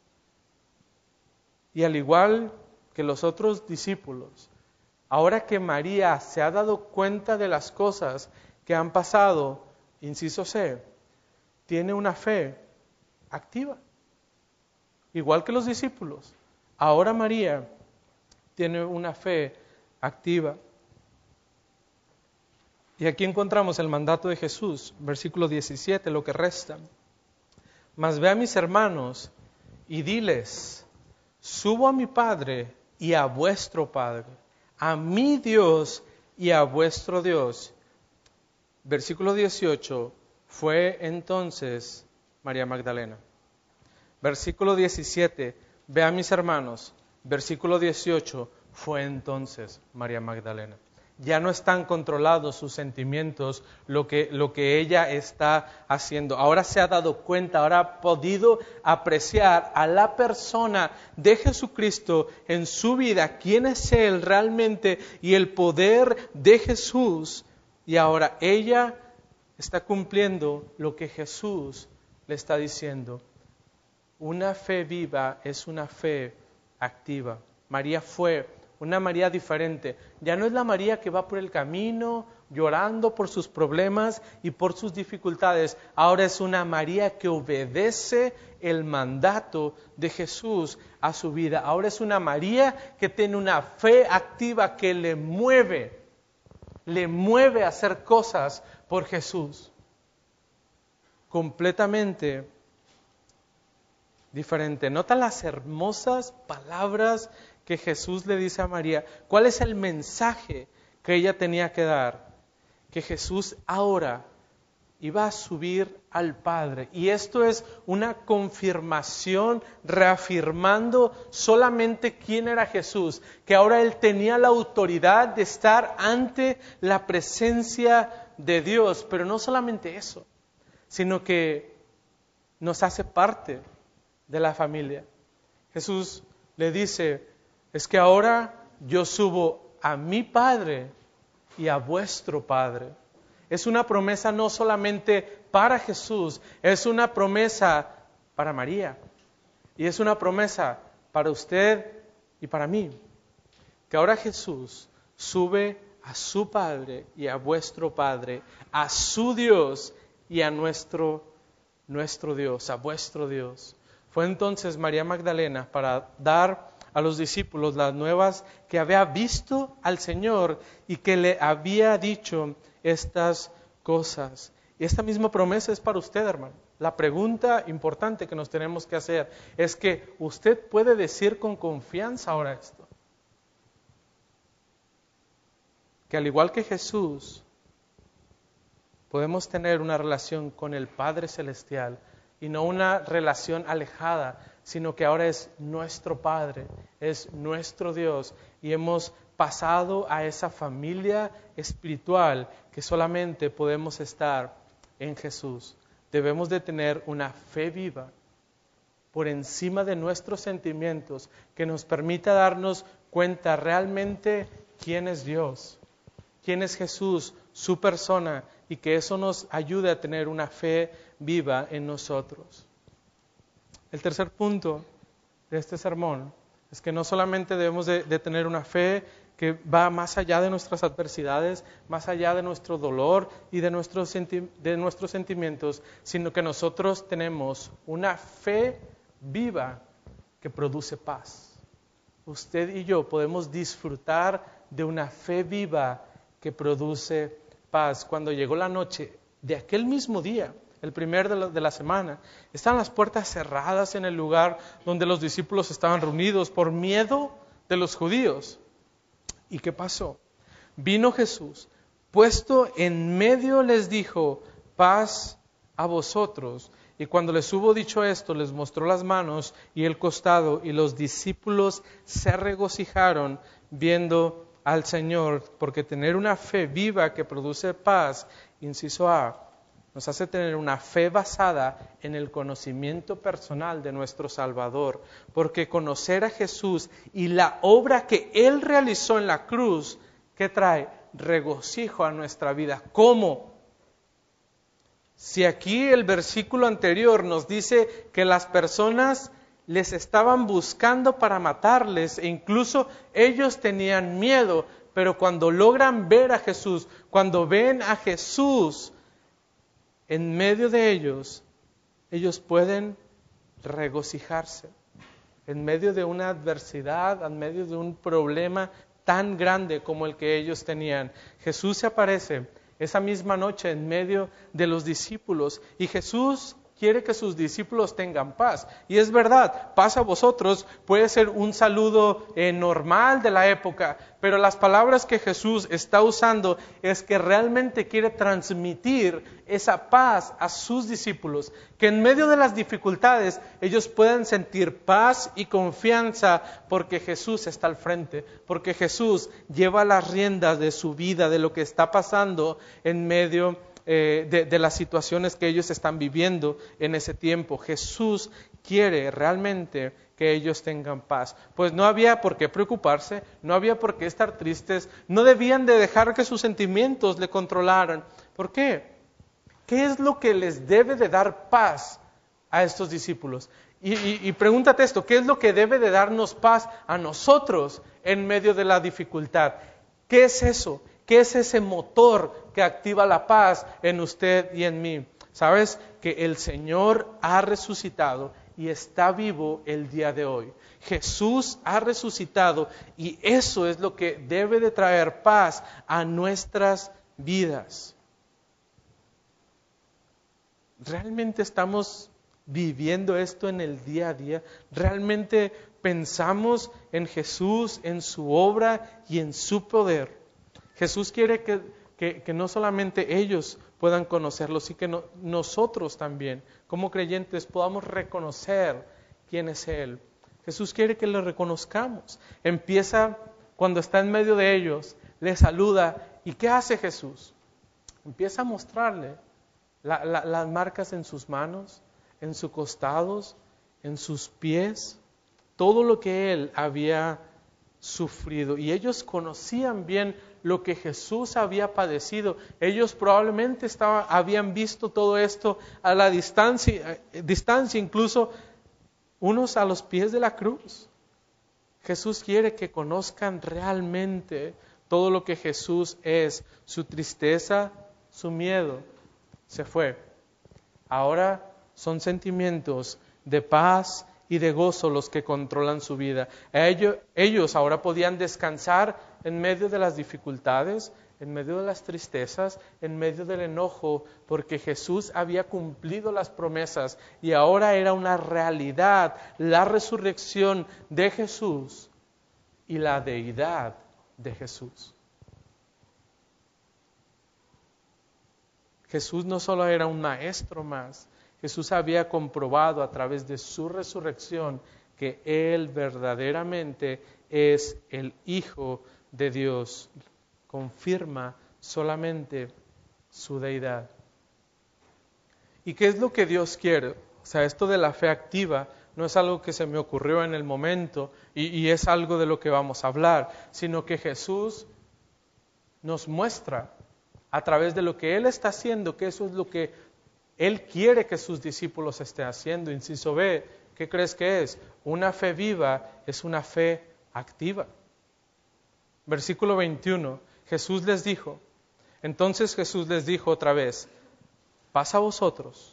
Speaker 1: Y al igual que los otros discípulos, ahora que María se ha dado cuenta de las cosas que han pasado, inciso C, tiene una fe activa. Igual que los discípulos, ahora María tiene una fe activa. Y aquí encontramos el mandato de Jesús, versículo 17, lo que resta. Mas ve a mis hermanos y diles, subo a mi Padre y a vuestro Padre, a mi Dios y a vuestro Dios. Versículo 18, fue entonces María Magdalena. Versículo 17, vean mis hermanos, versículo 18, fue entonces María Magdalena. Ya no están controlados sus sentimientos, lo que ella está haciendo. Ahora se ha dado cuenta, ahora ha podido apreciar a la persona de Jesucristo en su vida, quién es Él realmente y el poder de Jesús. Y ahora ella está cumpliendo lo que Jesús le está diciendo. Una fe viva es una fe activa. María fue una María diferente. Ya no es la María que va por el camino llorando por sus problemas y por sus dificultades. Ahora es una María que obedece el mandato de Jesús a su vida. Ahora es una María que tiene una fe activa que le mueve a hacer cosas por Jesús. Completamente diferente. Nota las hermosas palabras que Jesús le dice a María. ¿Cuál es el mensaje que ella tenía que dar? Que Jesús ahora iba a subir al Padre. Y esto es una confirmación, reafirmando solamente quién era Jesús, que ahora Él tenía la autoridad de estar ante la presencia de Dios. Pero no solamente eso, sino que nos hace parte de la familia. Jesús le dice, es que ahora yo subo a mi Padre y a vuestro Padre. Es una promesa no solamente para Jesús, es una promesa para María. Y es una promesa para usted y para mí. Que ahora Jesús sube a su Padre y a vuestro Padre, a su Dios y a nuestro Dios, a vuestro Dios. Fue entonces María Magdalena para dar a los discípulos las nuevas que había visto al Señor y que le había dicho estas cosas. Y esta misma promesa es para usted, hermano. La pregunta importante que nos tenemos que hacer es que usted puede decir con confianza ahora esto. Que al igual que Jesús, podemos tener una relación con el Padre Celestial y no una relación alejada, sino que ahora es nuestro Padre, es nuestro Dios y hemos pasado a esa familia espiritual que solamente podemos estar en Jesús. Debemos de tener una fe viva por encima de nuestros sentimientos que nos permita darnos cuenta realmente quién es Dios, quién es Jesús, su persona, y que eso nos ayude a tener una fe viva en nosotros. El tercer punto de este sermón es que no solamente debemos de tener una fe que va más allá de nuestras adversidades, más allá de nuestro dolor y de nuestros sentimientos, sino que nosotros tenemos una fe viva que produce paz. Usted y yo podemos disfrutar de una fe viva que produce paz. Cuando llegó la noche de aquel mismo día, el primer de la semana, estaban las puertas cerradas en el lugar donde los discípulos estaban reunidos por miedo de los judíos. ¿Y qué pasó? Vino Jesús, puesto en medio les dijo, paz a vosotros. Y cuando les hubo dicho esto, les mostró las manos y el costado, y los discípulos se regocijaron viendo al Señor, porque tener una fe viva que produce paz, inciso A, nos hace tener una fe basada en el conocimiento personal de nuestro Salvador, porque conocer a Jesús y la obra que Él realizó en la cruz, ¿qué trae? Regocijo a nuestra vida. ¿Cómo? Si aquí el versículo anterior nos dice que las personas les estaban buscando para matarles e incluso ellos tenían miedo, pero cuando logran ver a Jesús, cuando ven a Jesús en medio de ellos, ellos pueden regocijarse en medio de una adversidad, en medio de un problema tan grande como el que ellos tenían. Jesús se aparece esa misma noche en medio de los discípulos y Jesús quiere que sus discípulos tengan paz. Y es verdad, paz a vosotros puede ser un saludo normal de la época, pero las palabras que Jesús está usando es que realmente quiere transmitir esa paz a sus discípulos, que en medio de las dificultades ellos puedan sentir paz y confianza porque Jesús está al frente, porque Jesús lleva las riendas de su vida, de lo que está pasando en medio de las situaciones que ellos están viviendo en ese tiempo. Jesús quiere realmente que ellos tengan paz. Pues no había por qué preocuparse, no había por qué estar tristes, no debían de dejar que sus sentimientos le controlaran. ¿Por qué? ¿Qué es lo que les debe de dar paz a estos discípulos? Y pregúntate esto, ¿qué es lo que debe de darnos paz a nosotros en medio de la dificultad? ¿Qué es eso? ¿Qué es ese motor que activa la paz en usted y en mí? ¿Sabes? Que el Señor ha resucitado y está vivo el día de hoy. Jesús ha resucitado y eso es lo que debe de traer paz a nuestras vidas. ¿Realmente estamos viviendo esto en el día a día? ¿Realmente pensamos en Jesús, en su obra y en su poder? Jesús quiere que no solamente ellos puedan conocerlo, sino que nosotros también, como creyentes, podamos reconocer quién es Él. Jesús quiere que lo reconozcamos. Empieza cuando está en medio de ellos, les saluda. ¿Y qué hace Jesús? Empieza a mostrarle las marcas en sus manos, en sus costados, en sus pies, todo lo que Él había sufrido. Y ellos conocían bien lo que Jesús había padecido. Ellos probablemente habían visto todo esto a la distancia, incluso unos a los pies de la cruz. Jesús quiere que conozcan realmente todo lo que Jesús es. Su tristeza, su miedo se fue. Ahora son sentimientos de paz y de gozo los que controlan su vida. Ellos ahora podían descansar en medio de las dificultades, en medio de las tristezas, en medio del enojo, porque Jesús había cumplido las promesas y ahora era una realidad la resurrección de Jesús y la deidad de Jesús. Jesús no solo era un maestro más, Jesús había comprobado a través de su resurrección que Él verdaderamente es el Hijo de Dios. Confirma solamente su deidad. ¿Y qué es lo que Dios quiere? O sea, esto de la fe activa no es algo que se me ocurrió en el momento y es algo de lo que vamos a hablar, sino que Jesús nos muestra a través de lo que Él está haciendo, que eso es lo que Él quiere que sus discípulos estén haciendo. Inciso B, ¿qué crees que es? Una fe viva es una fe activa. Versículo 21, entonces Jesús les dijo otra vez, paz a vosotros,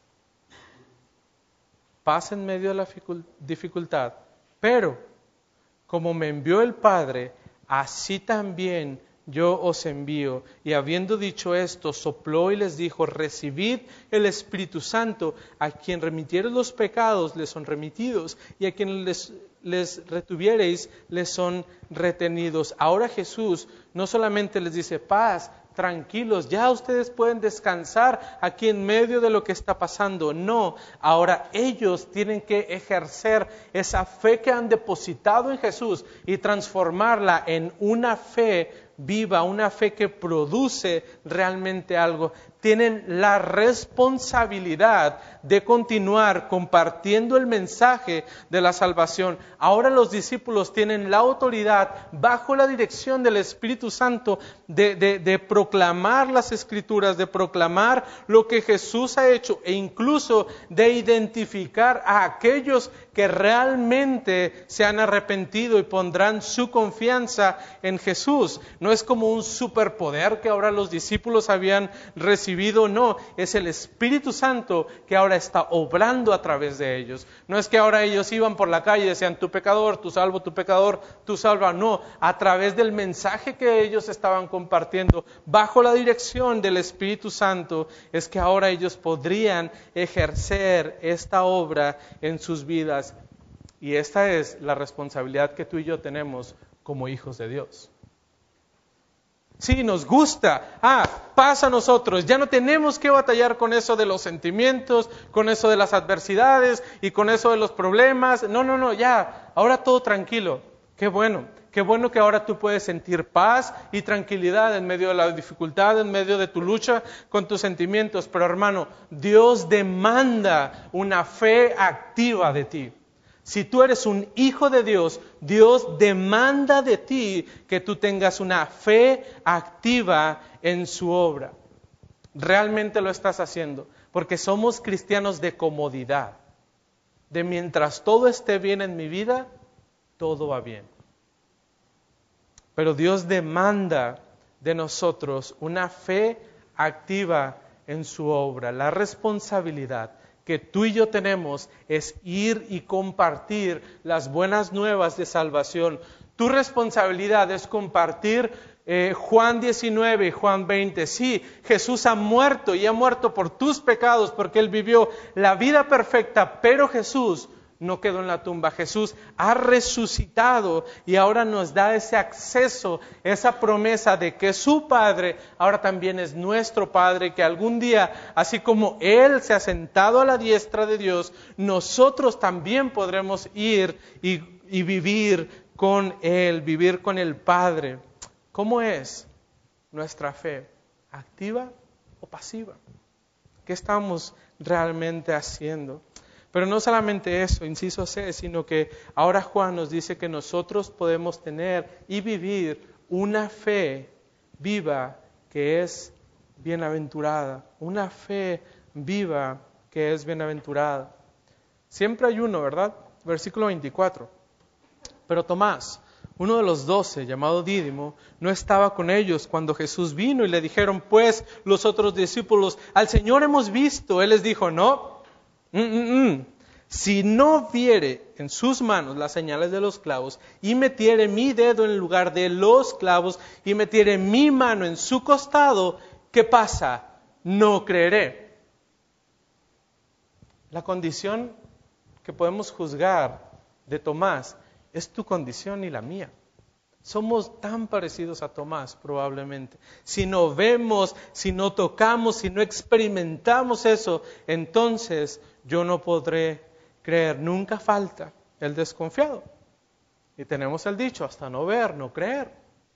Speaker 1: paz en medio de la dificultad, pero como me envió el Padre, así también yo os envío. Y habiendo dicho esto, sopló y les dijo, recibid el Espíritu Santo, a quien remitiereis los pecados les son remitidos, y a quien les retuviereis les son retenidos. Ahora Jesús no solamente les dice paz, tranquilos, ya ustedes pueden descansar aquí en medio de lo que está pasando. No, ahora ellos tienen que ejercer esa fe que han depositado en Jesús y transformarla en una fe viva, una fe que produce realmente algo. Tienen la responsabilidad de continuar compartiendo el mensaje de la salvación. Ahora los discípulos tienen la autoridad, bajo la dirección del Espíritu Santo, de proclamar las Escrituras, de proclamar lo que Jesús ha hecho e incluso de identificar a aquellos que realmente se han arrepentido y pondrán su confianza en Jesús. No es como un superpoder que ahora los discípulos habían recibido, no, es el Espíritu Santo que ahora está obrando a través de ellos. No es que ahora ellos iban por la calle y decían, tu pecador, tu pecador, tu salva. No, a través del mensaje que ellos estaban compartiendo, bajo la dirección del Espíritu Santo, es que ahora ellos podrían ejercer esta obra en sus vidas. Y esta es la responsabilidad que tú y yo tenemos como hijos de Dios. Sí, nos gusta. Pasa a nosotros. Ya no tenemos que batallar con eso de los sentimientos, con eso de las adversidades y con eso de los problemas. No, ya. Ahora todo tranquilo. Qué bueno que ahora tú puedes sentir paz y tranquilidad en medio de la dificultad, en medio de tu lucha con tus sentimientos. Pero hermano, Dios demanda una fe activa de ti. Si tú eres un hijo de Dios, Dios demanda de ti que tú tengas una fe activa en su obra. Realmente lo estás haciendo, porque somos cristianos de comodidad. De mientras todo esté bien en mi vida, todo va bien. Pero Dios demanda de nosotros una fe activa en su obra, la responsabilidad que tú y yo tenemos es ir y compartir las buenas nuevas de salvación. Tu responsabilidad es compartir Juan 19 y Juan 20. Sí, Jesús ha muerto y ha muerto por tus pecados porque Él vivió la vida perfecta, pero Jesús no quedó en la tumba. Jesús ha resucitado y ahora nos da ese acceso, esa promesa de que su Padre ahora también es nuestro Padre, que algún día, así como Él se ha sentado a la diestra de Dios, nosotros también podremos ir y vivir con Él, vivir con el Padre. ¿Cómo es nuestra fe? ¿Activa o pasiva? ¿Qué estamos realmente haciendo? Pero no solamente eso, inciso C, sino que ahora Juan nos dice que nosotros podemos tener y vivir una fe viva que es bienaventurada. Una fe viva que es bienaventurada. Siempre hay uno, ¿verdad? Versículo 24. Pero Tomás, uno de los 12, llamado Dídimo, no estaba con ellos cuando Jesús vino y le dijeron, pues, los otros discípulos, al Señor hemos visto. Él les dijo, no. Si no viere en sus manos las señales de los clavos y metiere mi dedo en lugar de los clavos y metiere mi mano en su costado, ¿qué pasa? No creeré. La condición que podemos juzgar de Tomás es tu condición y la mía. Somos tan parecidos a Tomás probablemente. Si no vemos, si no tocamos, si no experimentamos eso, entonces yo no podré creer. Nunca falta el desconfiado. Y tenemos el dicho, hasta no ver, no creer.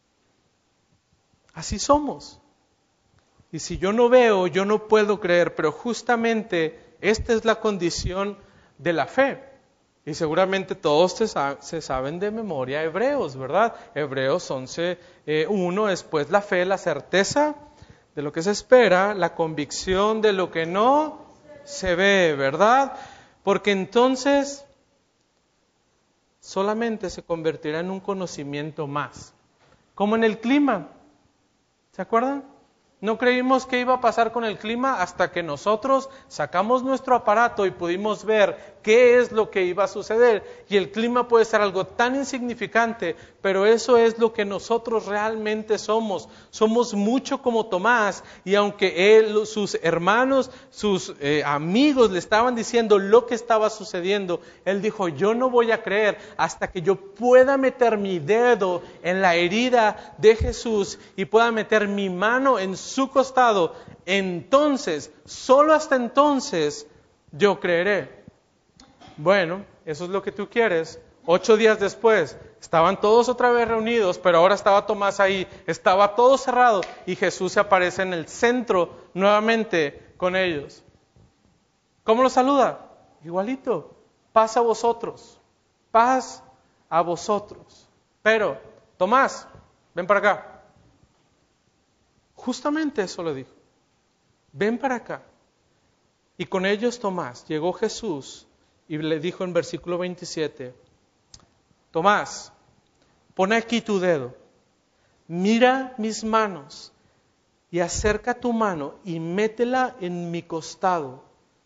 Speaker 1: Así somos. Y si yo no veo, yo no puedo creer. Pero justamente esta es la condición de la fe. Y seguramente todos se saben de memoria Hebreos, ¿verdad? Hebreos 11:1 es pues la fe, la certeza de lo que se espera, la convicción de lo que no se ve, ¿verdad? Porque entonces solamente se convertirá en un conocimiento más. Como en el clima, ¿se acuerdan? No creímos que iba a pasar con el clima hasta que nosotros sacamos nuestro aparato y pudimos ver qué es lo que iba a suceder. Y el clima puede ser algo tan insignificante, pero eso es lo que nosotros realmente somos. Somos mucho como Tomás, y aunque él, sus hermanos, sus amigos le estaban diciendo lo que estaba sucediendo, él dijo, yo no voy a creer hasta que yo pueda meter mi dedo en la herida de Jesús y pueda meter mi mano en su costado. Entonces, solo hasta entonces, yo creeré. Bueno, eso es lo que tú quieres. 8 días después, estaban todos otra vez reunidos, pero ahora estaba Tomás ahí, estaba todo cerrado y Jesús se aparece en el centro nuevamente con ellos. ¿Cómo los saluda? Igualito, paz a vosotros, paz a vosotros. Pero, Tomás, ven para acá. Justamente eso le dijo, ven para acá. Y con ellos Tomás, llegó Jesús y le dijo en versículo 27, Tomás, pon aquí tu dedo, mira mis manos y acerca tu mano y métela en mi costado.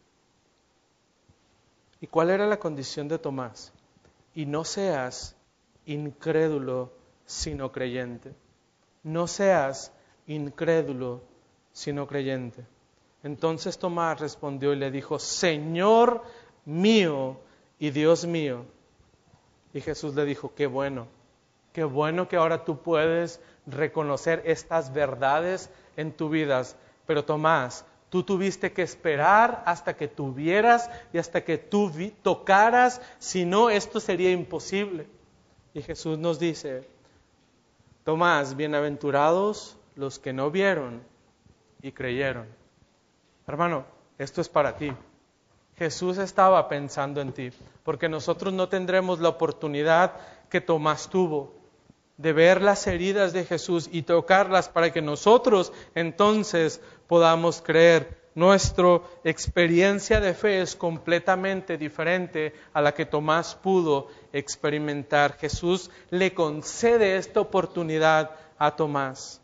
Speaker 1: ¿Y cuál era la condición de Tomás? Y no seas incrédulo, sino creyente. No seas incrédulo, sino creyente. Entonces Tomás respondió y le dijo, Señor mío y Dios mío. Y Jesús le dijo, qué bueno que ahora tú puedes reconocer estas verdades en tu vida. Pero Tomás, tú tuviste que esperar hasta que tuvieras y hasta que tú tocaras, si no, esto sería imposible. Y Jesús nos dice, Tomás, bienaventurados los que no vieron y creyeron. Hermano, esto es para ti. Jesús estaba pensando en ti, porque nosotros no tendremos la oportunidad que Tomás tuvo de ver las heridas de Jesús y tocarlas para que nosotros entonces podamos creer. Nuestra experiencia de fe es completamente diferente a la que Tomás pudo experimentar. Jesús le concede esta oportunidad a Tomás.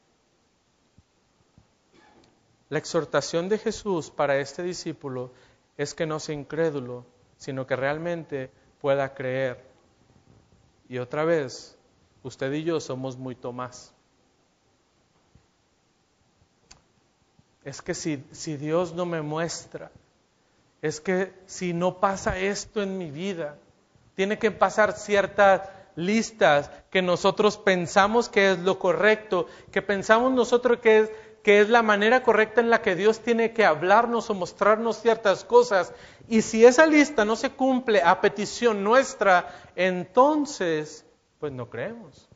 Speaker 1: La exhortación de Jesús para este discípulo es que no sea incrédulo, sino que realmente pueda creer. Y otra vez, usted y yo somos muy Tomás. Es que si Dios no me muestra, es que si no pasa esto en mi vida, tiene que pasar ciertas listas que nosotros pensamos que es lo correcto, que pensamos nosotros que es la manera correcta en la que Dios tiene que hablarnos o mostrarnos ciertas cosas. Y si esa lista no se cumple a petición nuestra, entonces, pues no creemos.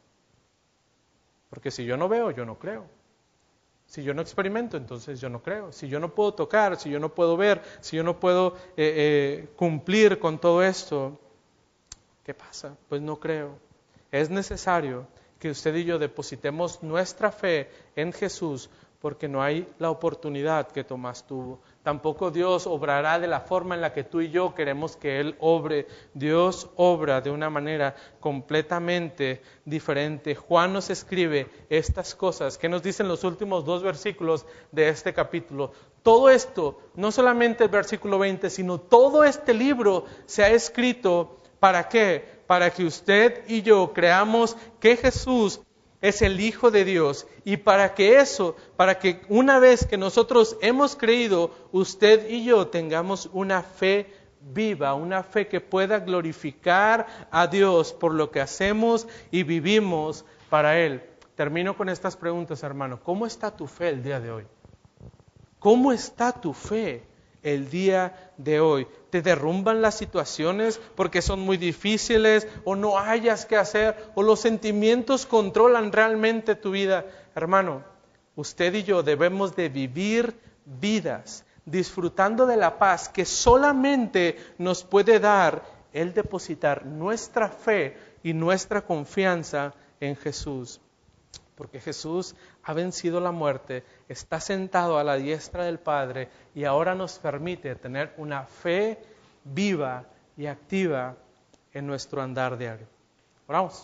Speaker 1: Porque si yo no veo, yo no creo. Si yo no experimento, entonces yo no creo. Si yo no puedo tocar, si yo no puedo ver, si yo no puedo cumplir con todo esto, ¿qué pasa? Pues no creo. Es necesario que usted y yo depositemos nuestra fe en Jesús, porque no hay la oportunidad que Tomás tuvo. Tampoco Dios obrará de la forma en la que tú y yo queremos que Él obre. Dios obra de una manera completamente diferente. Juan nos escribe estas cosas. ¿Qué nos dicen los últimos 2 versículos de este capítulo? Todo esto, no solamente el versículo 20, sino todo este libro se ha escrito, ¿para qué? Para que usted y yo creamos que Jesús es el Hijo de Dios, y para que una vez que nosotros hemos creído, usted y yo tengamos una fe viva, una fe que pueda glorificar a Dios por lo que hacemos y vivimos para Él. Termino con estas preguntas, hermano. ¿Cómo está tu fe el día de hoy? ¿Cómo está tu fe el día de hoy? ¿Te derrumban las situaciones porque son muy difíciles o no hayas qué hacer o los sentimientos controlan realmente tu vida? Hermano, usted y yo debemos de vivir vidas disfrutando de la paz que solamente nos puede dar el depositar nuestra fe y nuestra confianza en Jesús. Porque Jesús ha vencido la muerte, está sentado a la diestra del Padre y ahora nos permite tener una fe viva y activa en nuestro andar diario. Oramos.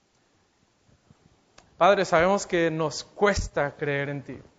Speaker 1: Padre, sabemos que nos cuesta creer en ti.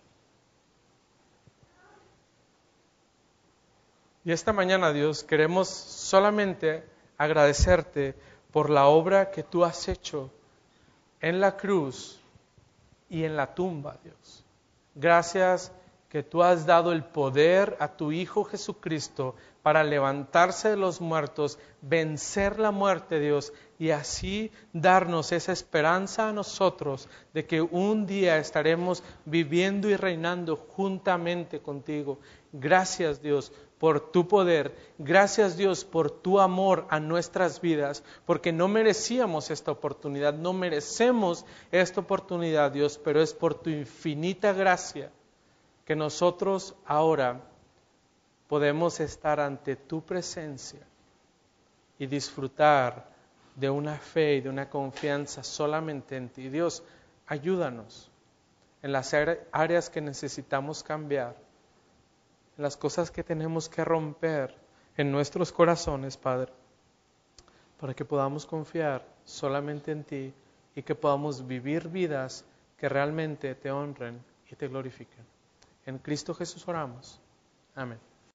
Speaker 1: Y esta mañana, Dios, queremos solamente agradecerte por la obra que tú has hecho en la cruz y en la tumba, Dios. Gracias que tú has dado el poder a tu Hijo Jesucristo para levantarse de los muertos, vencer la muerte, Dios, y así darnos esa esperanza a nosotros de que un día estaremos viviendo y reinando juntamente contigo. Gracias, Dios, por tu poder. Gracias, Dios, por tu amor a nuestras vidas, porque no merecíamos esta oportunidad, no merecemos esta oportunidad, Dios, pero es por tu infinita gracia que nosotros ahora podemos estar ante tu presencia y disfrutar de una fe y de una confianza solamente en ti. Dios, ayúdanos en las áreas que necesitamos cambiar, en las cosas que tenemos que romper en nuestros corazones, Padre, para que podamos confiar solamente en ti y que podamos vivir vidas que realmente te honren y te glorifiquen. En Cristo Jesús oramos. Amén.